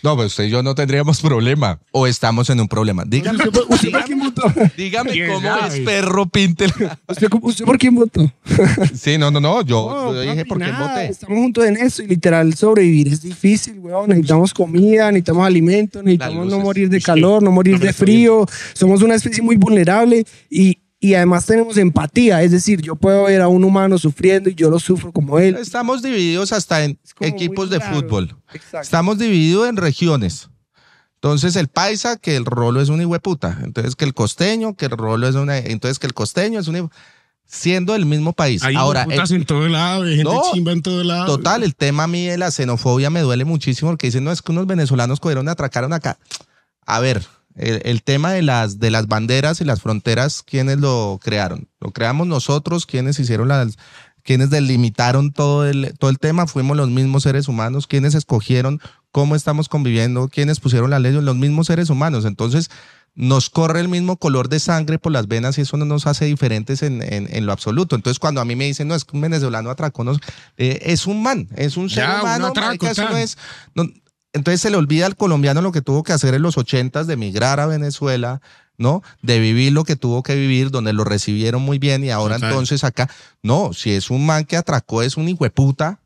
No, pues usted y yo no tendríamos problema. O estamos en un problema. Dígame, ¿Usted por quién votó? dígame ¿Quién cómo sabe? es perro Píntela. ¿Usted por quién votó? Sí, no. Yo No, dije papi, por quién nada, voté. Estamos juntos en esto y literal sobrevivir es difícil, weón. Necesitamos comida, necesitamos alimentos, necesitamos no luces. morir de Es que- calor, no morir Hombre, de está bien. frío. Somos una especie muy vulnerable y además tenemos empatía. Es decir, yo puedo ver a un humano sufriendo y yo lo sufro como él. Estamos divididos hasta en Es como equipos muy de raro. fútbol. Exacto. Estamos divididos en regiones. Entonces el paisa, que el rolo es un hijueputa. Entonces que el costeño, que el rolo es una... Entonces que el costeño es un... Siendo del mismo país. Hay Ahora, putas en todo lado, hay gente no, chimba en todo lado. total, el tema a mí de la xenofobia me duele muchísimo porque dicen, no, es que unos venezolanos cogieron y atracaron acá. A ver, el tema de las banderas y las fronteras, ¿quiénes lo crearon? ¿Lo creamos nosotros? ¿Quiénes hicieron quienes delimitaron todo el tema? Fuimos los mismos seres humanos. ¿Quiénes escogieron cómo estamos conviviendo? ¿Quiénes pusieron las leyes? Los mismos seres humanos. Entonces, nos corre el mismo color de sangre por las venas y eso no nos hace diferentes en lo absoluto. Entonces, cuando a mí me dicen, no, es que un venezolano atracó, es un man, es un ser Ya, un humano. atraco, Marica, eso tan. no es... entonces se le olvida al colombiano lo que tuvo que hacer en los 80s, de emigrar a Venezuela, ¿no? De vivir lo que tuvo que vivir, donde lo recibieron muy bien y ahora Total. entonces acá, no, si es un man que atracó, es un hijueputa,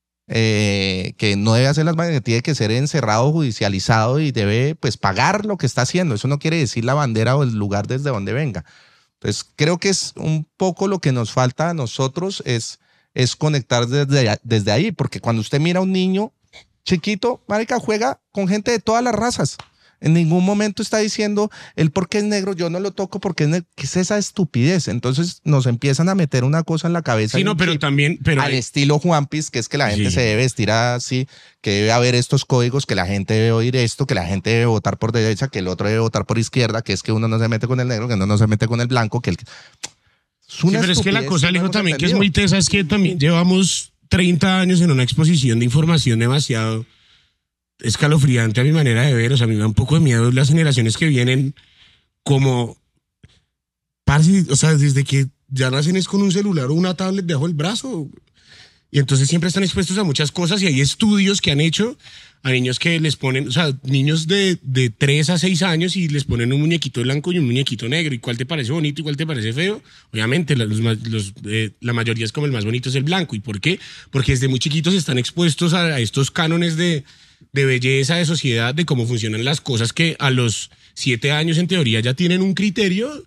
que no debe hacer las vainas, que tiene que ser encerrado, judicializado y debe pues pagar lo que está haciendo. Eso no quiere decir la bandera o el lugar desde donde venga. Entonces creo que es un poco lo que nos falta a nosotros es conectar desde ahí, porque cuando usted mira a un niño chiquito, marica, juega con gente de todas las razas. En ningún momento está diciendo el por qué es negro, yo no lo toco porque es negro. ¿Qué es esa estupidez? Entonces nos empiezan a meter una cosa en la cabeza. Sí, y no, un pero chip también... Pero al estilo Juanpis, que es que la gente Sí. se debe vestir así, que debe haber estos códigos, que la gente debe oír esto, que la gente debe votar por derecha, que el otro debe votar por izquierda, que es que uno no se mete con el negro, que uno no se mete con el blanco, que el... Sí, pero es que la cosa, no Alejo, hemos también que es entendido. muy tesa, es que también llevamos 30 años en una exposición de información demasiado escalofriante a mi manera de ver. O sea, a mí me da un poco de miedo las generaciones que vienen como... parce, o sea, desde que ya nacen es con un celular o una tablet debajo del brazo. Y entonces siempre están expuestos a muchas cosas y hay estudios que han hecho a niños que les ponen, o sea, niños de 3 a 6 años y les ponen un muñequito blanco y un muñequito negro. ¿Y cuál te parece bonito y cuál te parece feo? Obviamente, la mayoría es como el más bonito es el blanco. ¿Y por qué? Porque desde muy chiquitos están expuestos a estos cánones de belleza, de sociedad, de cómo funcionan las cosas que a los 7 años en teoría ya tienen un criterio,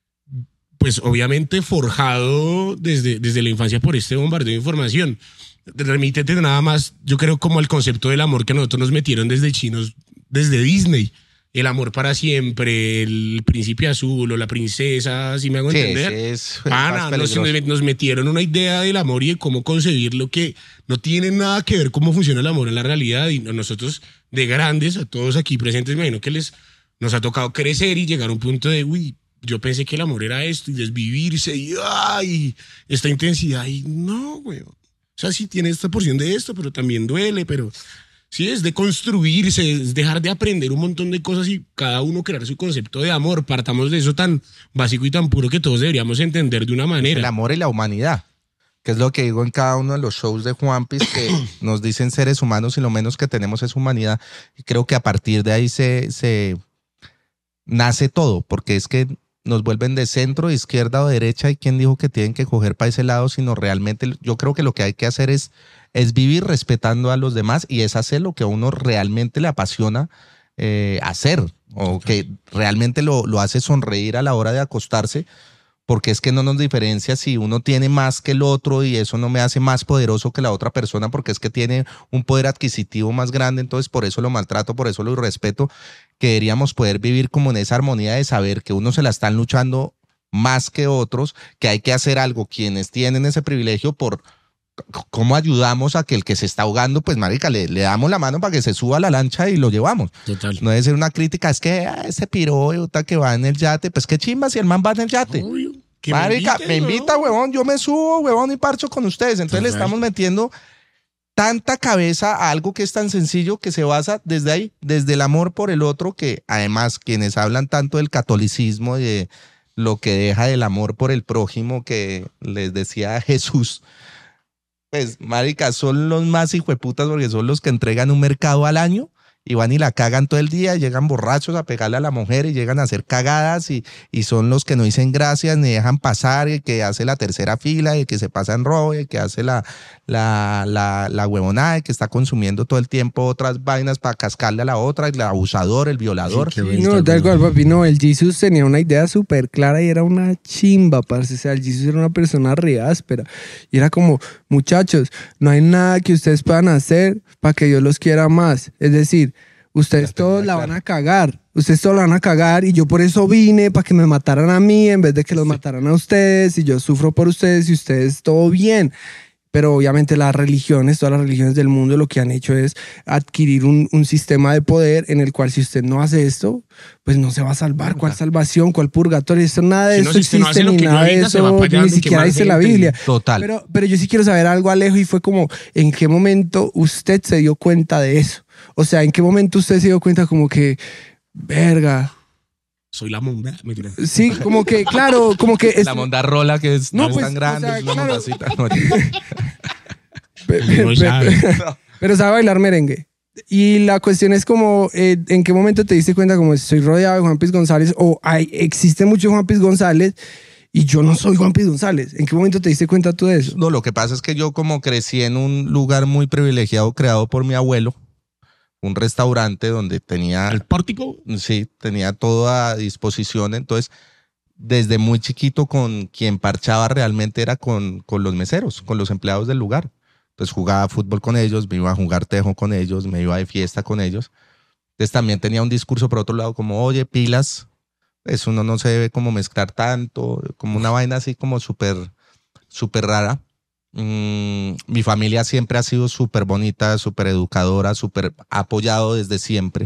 pues obviamente forjado desde la infancia por este bombardeo de información. Remítete nada más, yo creo, como al concepto del amor que a nosotros nos metieron desde chinos, desde Disney. El amor para siempre, el príncipe azul o la princesa, si me hago Sí, entender. sí, es Pana, más peligroso. nos metieron una idea del amor y de cómo concebirlo que no tiene nada que ver cómo funciona el amor en la realidad. Y nosotros, de grandes, a todos aquí presentes, me imagino que nos ha tocado crecer y llegar a un punto de, uy, yo pensé que el amor era esto y desvivirse y ay, esta intensidad. Y no, güey. O sea, sí tiene esta porción de esto, pero también duele, pero sí es de construirse, es dejar de aprender un montón de cosas y cada uno crear su concepto de amor. Partamos de eso tan básico y tan puro que todos deberíamos entender de una El manera. amor y la humanidad, que es lo que digo en cada uno de los shows de Juanpis, que nos dicen seres humanos y lo menos que tenemos es humanidad. Y creo que a partir de ahí se nace todo, porque es que nos vuelven de centro, izquierda o derecha, y quién dijo que tienen que coger para ese lado, sino realmente yo creo que lo que hay que hacer es vivir respetando a los demás y es hacer lo que a uno realmente le apasiona hacer, o que realmente lo hace sonreír a la hora de acostarse, porque es que no nos diferencia si uno tiene más que el otro y eso no me hace más poderoso que la otra persona porque es que tiene un poder adquisitivo más grande, entonces por eso lo maltrato, por eso lo irrespeto, que deberíamos poder vivir como en esa armonía de saber que unos se la están luchando más que otros, que hay que hacer algo quienes tienen ese privilegio por cómo ayudamos a que el que se está ahogando, pues marica, le damos la mano para que se suba a la lancha y lo llevamos. Total. No debe ser una crítica, es que ese piro que va en el yate, pues qué chimba si el man va en el yate. Obvio, que Marica, me invita, huevón, yo me subo, huevón, y parcho con ustedes. Entonces le Total. estamos metiendo tanta cabeza a algo que es tan sencillo que se basa desde ahí, desde el amor por el otro, que además quienes hablan tanto del catolicismo y de lo que deja del amor por el prójimo que les decía Jesús, pues marica, son los más hijueputas porque son los que entregan un mercado al año y van y la cagan todo el día, llegan borrachos a pegarle a la mujer y llegan a hacer cagadas y son los que no dicen gracias ni dejan pasar, y el que hace la tercera fila, y el que se pasa en robo, y el que hace la huevonada, y que está consumiendo todo el tiempo otras vainas para cascarle a la otra, el abusador, el violador. Sí, No, tal cual, papi. No, el Jesus tenía una idea súper clara y era una chimba, parce. O sea, el Jesus era una persona re áspera. Y era como, muchachos, no hay nada que ustedes puedan hacer para que Dios los quiera más. Es decir, ustedes todos la van a cagar. Ustedes todos la van a cagar y yo por eso vine, para que me mataran a mí en vez de que los mataran a ustedes, y yo sufro por ustedes y ustedes todo bien. Pero obviamente las religiones, todas las religiones del mundo, lo que han hecho es adquirir un sistema de poder en el cual si usted no hace esto, pues no se va a salvar. ¿Cuál salvación? ¿Cuál purgatorio? Eso, nada de Si no, eso si usted no hace existe, lo ni que yo nada de diga, se va eso, para allá ni y siquiera quemar dice la gente. Biblia. Total. Pero yo sí quiero saber algo, Alejo, y fue como, ¿en qué momento usted se dio cuenta de eso? O sea, ¿en qué momento usted se dio cuenta como que, verga? Soy la monda. Mentira. Sí, como que, claro, como que... La monda rola, que es, no, No, pues, es tan grande, o sea, es una claro. mondacita. No, No sabe. Pero sabe bailar merengue. Y la cuestión es como, ¿en qué momento te diste cuenta como soy rodeado de Juan Piz González, o existe mucho Juan Piz González y yo no soy Juan Piz González? ¿En qué momento te diste cuenta tú de eso? No, lo que pasa es que yo, como crecí en un lugar muy privilegiado creado por mi abuelo, un restaurante donde tenía, ¿Al pórtico? sí, tenía todo a disposición. Entonces, desde muy chiquito, con quien parchaba realmente era con los meseros, con los empleados del lugar. Entonces jugaba fútbol con ellos, me iba a jugar tejo con ellos, me iba de fiesta con ellos. Entonces también tenía un discurso por otro lado como, oye, pilas, pues uno no se debe como mezclar tanto, como una vaina así como súper rara. Mi familia siempre ha sido súper bonita, súper educadora, súper apoyado desde siempre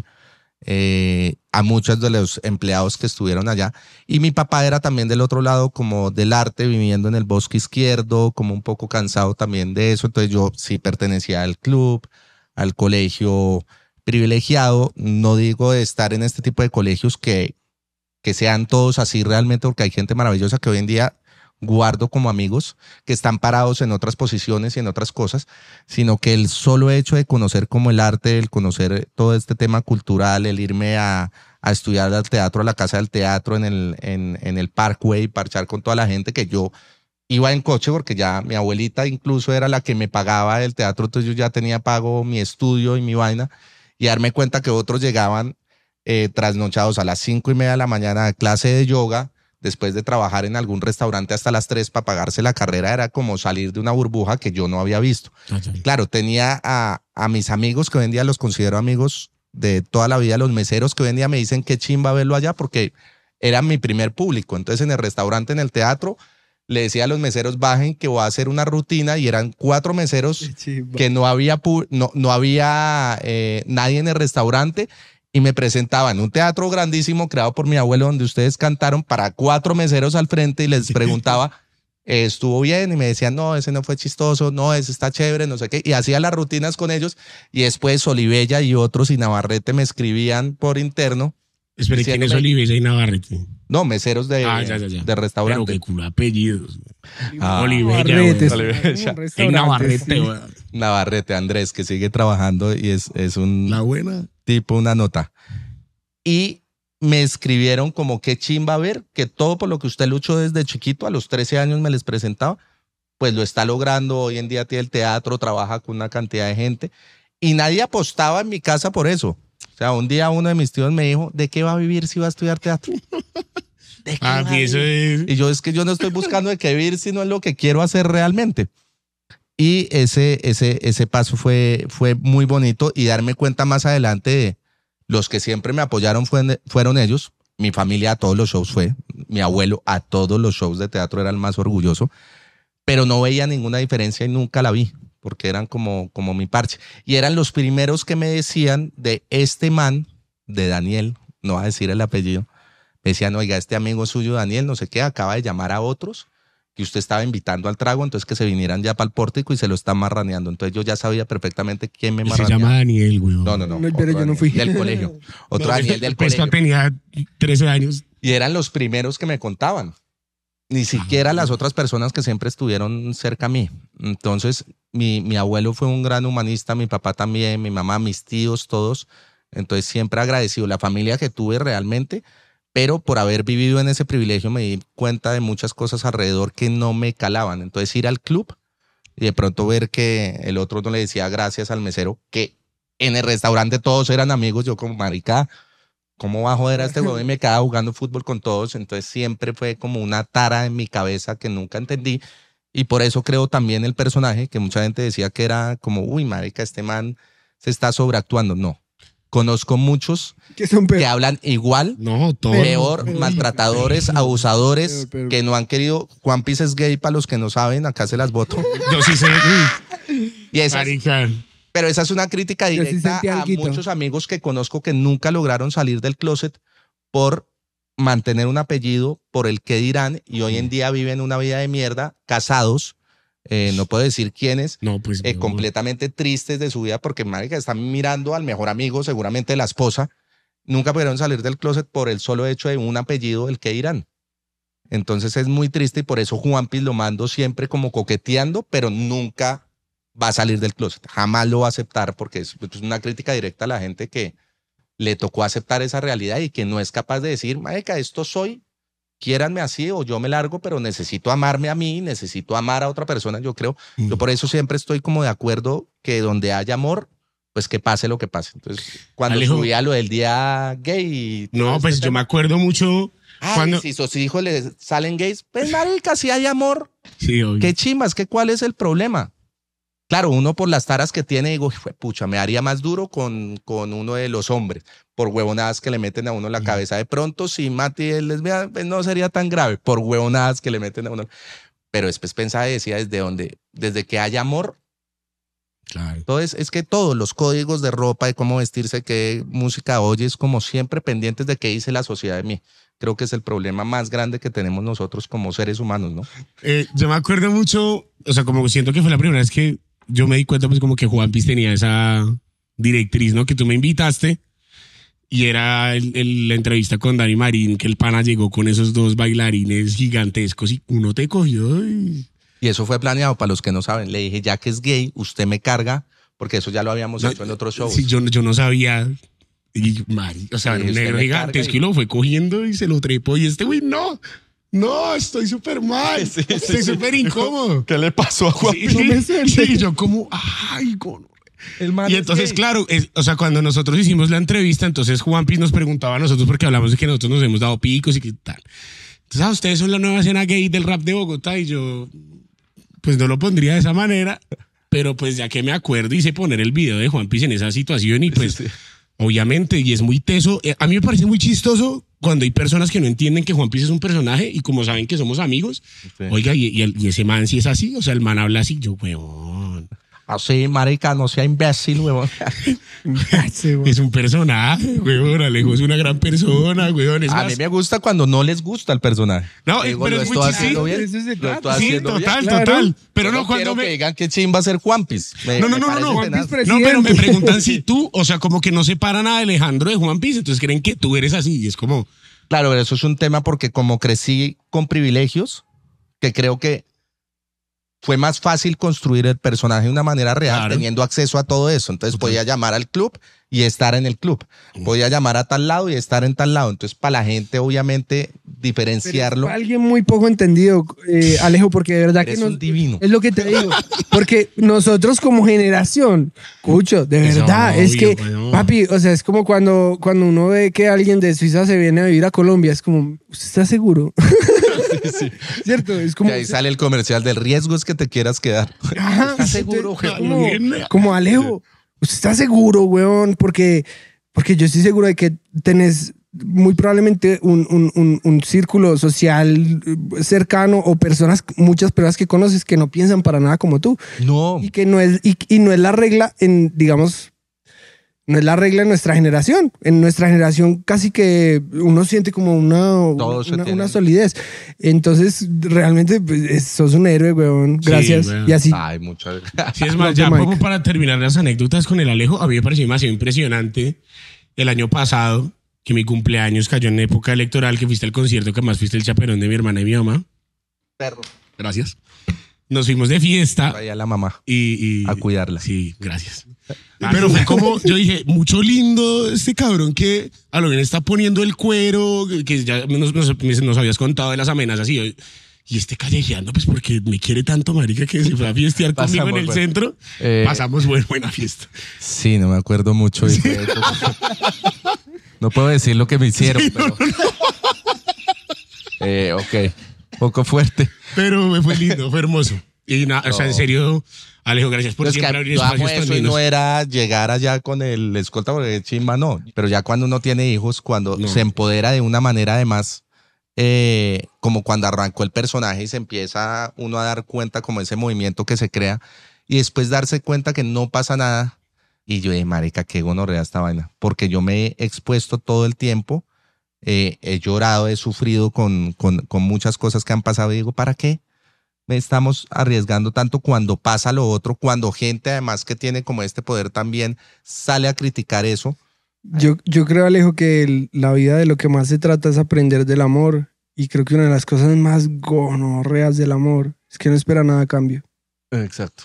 a muchos de los empleados que estuvieron allá. Y mi papá era también del otro lado, como del arte, viviendo en el Bosque Izquierdo, como un poco cansado también de eso. Entonces yo sí pertenecía al club, al colegio privilegiado. No digo de estar en este tipo de colegios que sean todos así realmente, porque hay gente maravillosa que hoy en día guardo como amigos, que están parados en otras posiciones y en otras cosas, sino que el solo hecho de conocer como el arte, el conocer todo este tema cultural, el irme a estudiar al teatro, a la Casa del Teatro en el Parkway, parchar con toda la gente, que yo iba en coche porque ya mi abuelita incluso era la que me pagaba el teatro, entonces yo ya tenía pago mi estudio y mi vaina, y darme cuenta que otros llegaban trasnochados a las 5:30 de la mañana a clase de yoga, después de trabajar en algún restaurante hasta las 3 para pagarse la carrera. Era como salir de una burbuja que yo no había visto. Claro, tenía a mis amigos, que hoy en día los considero amigos de toda la vida, los meseros, que hoy en día me dicen qué chimba verlo allá, porque era mi primer público. Entonces en el restaurante, en el teatro, le decía a los meseros, bajen que voy a hacer una rutina, y eran 4 meseros que no había nadie en el restaurante. Y me presentaban un teatro grandísimo creado por mi abuelo, donde ustedes cantaron, para 4 meseros al frente, y les preguntaba, ¿estuvo bien? Y me decían, no, ese no fue chistoso, no, ese está chévere, no sé qué. Y hacía las rutinas con ellos, y después Olivella y otros y Navarrete me escribían por interno. Espera, ¿quién es Olivella y Navarrete? No, meseros de restaurante. Pero qué culo apellidos. Ah, Olivella, Olivella. Y Navarrete, güey. Navarrete, Andrés, que sigue trabajando y es un La buena. tipo, una nota. Y me escribieron como qué chimba ver que todo por lo que usted luchó desde chiquito, a los 13 años me les presentaba, pues lo está logrando. Hoy en día tiene el teatro, trabaja con una cantidad de gente, y nadie apostaba en mi casa por eso. O sea, un día uno de mis tíos me dijo, ¿de qué va a vivir si va a estudiar teatro? ¿De qué va a Eso vivir? es. Y yo, es que yo no estoy buscando de qué vivir, sino en lo que quiero hacer realmente. Y ese paso fue muy bonito, y darme cuenta más adelante de los que siempre me apoyaron fueron ellos. Mi familia a todos los shows fue, mi abuelo a todos los shows de teatro era el más orgulloso, pero no veía ninguna diferencia y nunca la vi, porque eran como mi parche. Y eran los primeros que me decían de este man, de Daniel, no voy a decir el apellido, me decían, oiga, este amigo suyo Daniel, no sé qué, acaba de llamar a otros que usted estaba invitando al trago, entonces que se vinieran ya para el pórtico y se lo están marraneando. Entonces yo ya sabía perfectamente quién me marraneaba. Se llama Daniel, güey. No. Pero yo no fui. Del colegio. Otro Daniel del pues colegio. tenía 13 años. Y eran los primeros que me contaban. Ni siquiera las otras personas que siempre estuvieron cerca a mí. Entonces mi abuelo fue un gran humanista, mi papá también, mi mamá, mis tíos, todos. Entonces siempre agradecido la familia que tuve realmente, pero por haber vivido en ese privilegio me di cuenta de muchas cosas alrededor que no me calaban. Entonces ir al club y de pronto ver que el otro no le decía gracias al mesero, que en el restaurante todos eran amigos, yo como marica, ¿cómo va a joder a este huevón? Y me quedaba jugando fútbol con todos. Entonces siempre fue como una tara en mi cabeza que nunca entendí. Y por eso creo también el personaje, que mucha gente decía que era como, uy, marica, este man se está sobreactuando. No. Conozco muchos que hablan igual, No, todo. peor, maltratadores, abusadores, pero- que no han querido. Juan Piz es gay, para los que no saben, acá se las voto. Yo sí sé. Y esa, Marica. pero esa es una crítica Yo sí directa sentí a alguito. muchos amigos que conozco que nunca lograron salir del closet por mantener un apellido, por el que dirán, y hoy en día viven una vida de mierda, casados, no puedo decir quiénes, No, pues. no. completamente tristes de su vida porque, marica, están mirando al mejor amigo, seguramente la esposa, nunca pudieron salir del closet por el solo hecho de un apellido, el que dirán. Entonces es muy triste y por eso Juanpi lo mando siempre como coqueteando, pero nunca va a salir del closet. Jamás lo va a aceptar porque es una crítica directa a la gente que le tocó aceptar esa realidad y que no es capaz de decir, marica, esto soy, quiéranme así o yo me largo, pero necesito amarme a mí, necesito amar a otra persona. Yo creo, yo por eso siempre estoy como de acuerdo que donde haya amor, pues que pase lo que pase. Entonces, cuando Alejo. subía lo del día gay y todo No, este pues yo tema, me acuerdo mucho. ay, Cuando. si sus hijos les salen gays, pues marica, si hay amor, Sí, obvio. qué chimbas, que cuál es el problema. Claro, uno por las taras que tiene, digo, pucha, me haría más duro con uno de los hombres, por huevonadas que le meten a uno en la cabeza. De pronto, si Mati es lesbiana, pues no sería tan grave, por huevonadas que le meten a uno. Pero después pensaba y decía, desde que haya amor, Claro. entonces es que todos los códigos de ropa, de cómo vestirse, qué música oyes, como siempre pendientes de qué dice la sociedad de mí. Creo que es el problema más grande que tenemos nosotros como seres humanos, ¿no? Yo me acuerdo mucho, o sea, como siento que fue la primera vez que yo me di cuenta, pues como que Juan Piz tenía esa directriz, ¿no? Que tú me invitaste y era la entrevista con Dani Marín, que el pana llegó con esos dos bailarines gigantescos y uno te cogió y... Y eso fue planeado, para los que no saben. Le dije, ya que es gay, usted me carga, porque eso ya lo habíamos hecho en otros shows. Sí, yo no sabía. Y, o sea, Sí, un usted negro me gigantesco carga y lo fue cogiendo y se lo trepó y este güey, no, estoy súper mal, Sí, sí, estoy sí. súper incómodo. ¿Qué le pasó a Juan Sí, Piz? sí, yo como, ay, El man y es entonces, gay. claro, o sea, cuando nosotros hicimos la entrevista, entonces Juanpi nos preguntaba a nosotros porque hablamos de que nosotros nos hemos dado picos y qué tal. Entonces, ustedes son la nueva escena gay del rap de Bogotá y yo, pues no lo pondría de esa manera, pero pues ya que me acuerdo hice poner el video de Juanpi en esa situación y pues, obviamente, y es muy teso. A mí me parece muy chistoso cuando hay personas que no entienden que Juanpi es un personaje y como saben que somos amigos, Sí. oiga, y ese man sí es así, o sea, el man habla así, yo, huevón. Así, marica, no sea imbécil, huevón. Sí, güey. Es un personaje, weón. Alejo es una gran persona, weón. Es A más, mí me gusta cuando no les gusta el personaje. No, Digo, pero lo es muy estoy chistoso. haciendo bien. Eso se Lo trata. estoy sí, haciendo bien. total, Claro. total. Pero Solo no, cuando quiero que me... digan que chimba ser Juanpis. No, Me Juan parece Piz tenaz. No, pero me presidente. preguntan si tú, o sea, como que no separan a Alejandro de Juan Piz, entonces creen que tú eres así. Y es como, Claro, pero eso es un tema porque como crecí con privilegios, que creo que fue más fácil construir el personaje de una manera real, Claro. teniendo acceso a todo eso. Entonces podía llamar al club y estar en el club. Podía llamar a tal lado y estar en tal lado. Entonces para la gente, obviamente, diferenciarlo. Para alguien muy poco entendido, Alejo, porque de verdad Eres que un divino. es lo que te digo. Porque nosotros como generación, Cucho, de Es verdad, es obvio, que, weón. papi, o sea, es como cuando uno ve que alguien de Suiza se viene a vivir a Colombia, es como, ¿usted está seguro? ¿Cierto? Es como... Que ahí sale el comercial del riesgo es que te quieras quedar. Ajá, ¿Estás seguro, entonces, güey? como Alejo, ¿usted está seguro, weón? Porque yo estoy seguro de que tenés muy probablemente un círculo social cercano o muchas personas que conoces que no piensan para nada como tú No. y que no es, y no es la regla digamos, no es la regla en nuestra generación. En nuestra generación casi que uno siente como Todos se una tienen. solidez. Entonces, realmente, pues, sos un héroe, weón. Sí, Gracias. weón. Y así. Ay, muchas gracias. sí, es más, No, ya Mike. como para terminar las anécdotas con el Alejo, a mí me pareció demasiado impresionante el año pasado, que mi cumpleaños cayó en época electoral, que fuiste al concierto, que más fuiste el chaperón de mi hermana y mi mamá. Perro. Gracias. nos fuimos de fiesta. Vaya la mamá Y a cuidarla. Sí, gracias. Pero fue como, yo dije, mucho lindo este cabrón que a lo bien está poniendo el cuero, que ya nos habías contado de las amenazas y este callejeando, pues porque me quiere tanto, marica, que se fue a fiestear conmigo en el centro. Pasamos buena fiesta. Sí, no me acuerdo mucho. Y no puedo decir lo que me hicieron, sí, pero... ok, poco fuerte. Pero me fue lindo, fue hermoso. Y nada, o sea, en serio, Alejo, gracias por siempre abrir espacios tan lindos. Y no era llegar allá con el escolta, porque chimba no. Pero ya cuando uno tiene hijos, cuando se empodera de una manera además, como cuando arrancó el personaje y se empieza uno a dar cuenta como ese movimiento que se crea y después darse cuenta que no pasa nada. Y yo dije, marica, qué gonorrea esta vaina. Porque yo me he expuesto todo el tiempo, he llorado, he sufrido con muchas cosas que han pasado y digo, ¿para qué me estamos arriesgando tanto cuando pasa lo otro? Cuando gente además que tiene como este poder también sale a criticar eso. Yo creo, Alejo, que la vida de lo que más se trata es aprender del amor. Y creo que una de las cosas más gonorreas del amor es que no espera nada a cambio. Exacto.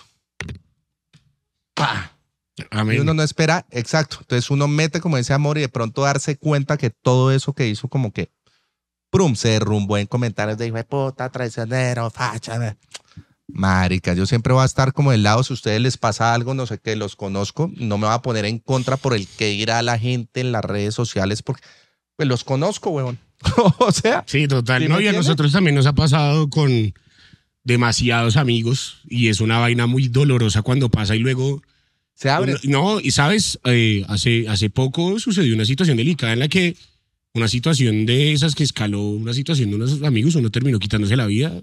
¡Pah! Amén. Y uno no espera, exacto. Entonces uno mete como ese amor y de pronto darse cuenta que todo eso que hizo como que ¡prum! Se derrumbó en comentarios de hijo de puta, traicionero, facha. Marica, yo siempre voy a estar como del lado, si a ustedes les pasa algo, no sé qué, los conozco, no me voy a poner en contra por el que irá la gente en las redes sociales, porque pues los conozco, huevón. O sea. Sí, total. No, y a nosotros también nos ha pasado con demasiados amigos y es una vaina muy dolorosa cuando pasa y luego... Se abre. No, y sabes, hace poco sucedió una situación delicada en la que una situación de esas que escaló, una situación de unos amigos, uno terminó quitándose la vida.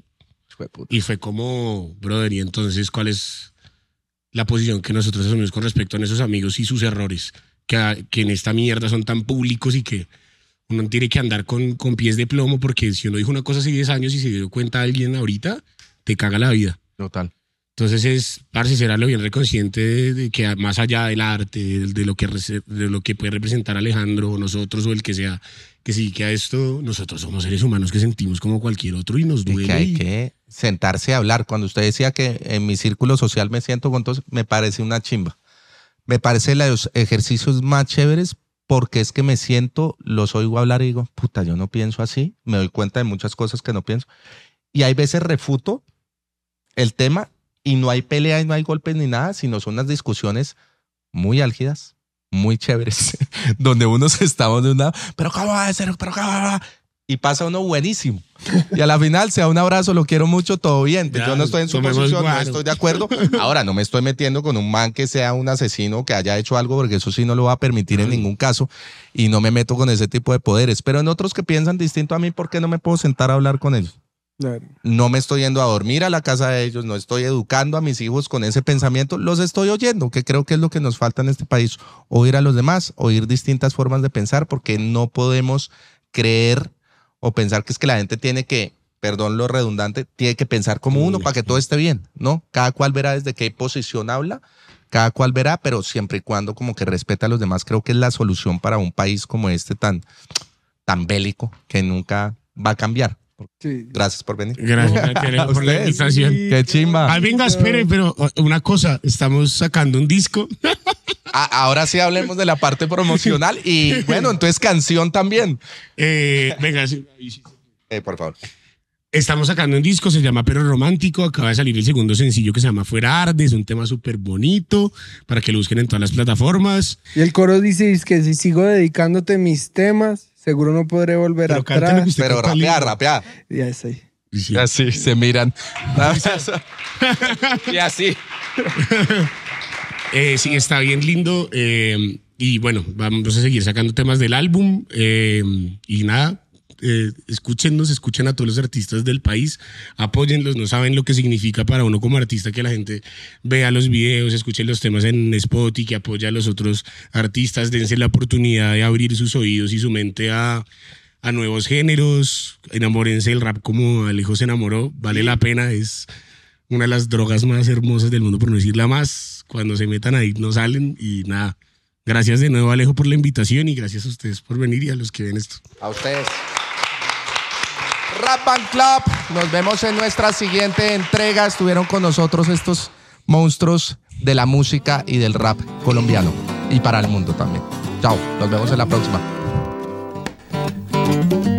Y fue como, brother, y entonces, ¿cuál es la posición que nosotros asumimos con respecto a esos amigos y sus errores? Que en esta mierda son tan públicos y que uno tiene que andar con pies de plomo, porque si uno dijo una cosa hace 10 años y se dio cuenta a alguien ahorita, te caga la vida. Total. Entonces es, parce, serlo bien reconsciente de que más allá del arte, de lo que puede representar Alejandro o nosotros o el que sea, que sí, que a esto, nosotros somos seres humanos que sentimos como cualquier otro y nos duele. Y que hay que sentarse a hablar. Cuando usted decía que en mi círculo social me siento con todos, me parece una chimba. Me parece los ejercicios más chéveres porque es que me siento, los oigo hablar y digo, puta, yo no pienso así. Me doy cuenta de muchas cosas que no pienso. Y hay veces refuto el tema y no hay pelea y no hay golpes ni nada, sino son unas discusiones muy álgidas, muy chéveres, donde unos estamos de un lado, pero ¿cómo va a ser? ¿Pero cómo va? Y pasa uno buenísimo. Y a la final se da un abrazo, lo quiero mucho, todo bien. Ya, yo no estoy en su posición, no estoy de acuerdo. Ahora, no me estoy metiendo con un man que sea un asesino, que haya hecho algo, porque eso sí no lo va a permitir en ningún caso. Y no me meto con ese tipo de poderes. Pero en otros que piensan distinto a mí, ¿por qué no me puedo sentar a hablar con ellos? Claro. No me estoy yendo a dormir a la casa de ellos, no estoy educando a mis hijos con ese pensamiento, los estoy oyendo, que creo que es lo que nos falta en este país, oír a los demás, oír distintas formas de pensar, porque no podemos creer o pensar que es que la gente tiene que, perdón lo redundante, tiene que pensar como uno para que todo esté bien, ¿no? Cada cual verá desde qué posición habla, cada cual verá, pero siempre y cuando como que respeta a los demás, creo que es la solución para un país como este tan bélico que nunca va a cambiar. Sí. Gracias por venir. Gracias por la invitación. Qué chimba. Venga, espere, pero una cosa, estamos sacando un disco. Ahora sí hablemos de la parte promocional y bueno, entonces canción también. Venga, sí. Por favor. Estamos sacando un disco, se llama Pero Romántico, acaba de salir el segundo sencillo que se llama Fuera Arde, es un tema súper bonito para que lo busquen en todas las plataformas. Y el coro dice que si sigo dedicándote mis temas, seguro no podré volver atrás. Pero rapea. Y así. Y así se miran. Y así. Sí, está bien lindo. Y bueno, vamos a seguir sacando temas del álbum. Y nada, escúchennos, escuchen a todos los artistas del país, apóyenlos, no saben lo que significa para uno como artista que la gente vea los videos, escuche los temas en Spotify, que apoya a los otros artistas, dense la oportunidad de abrir sus oídos y su mente a nuevos géneros, enamórense del rap como Alejo se enamoró, vale la pena, es una de las drogas más hermosas del mundo, por no decir la más, cuando se metan ahí no salen y nada. Gracias de nuevo, Alejo, por la invitación y gracias a ustedes por venir y a los que ven esto. A ustedes. Rap Band Club. Nos vemos en nuestra siguiente entrega. Estuvieron con nosotros estos monstruos de la música y del rap colombiano. Y para el mundo también. Chao, nos vemos en la próxima.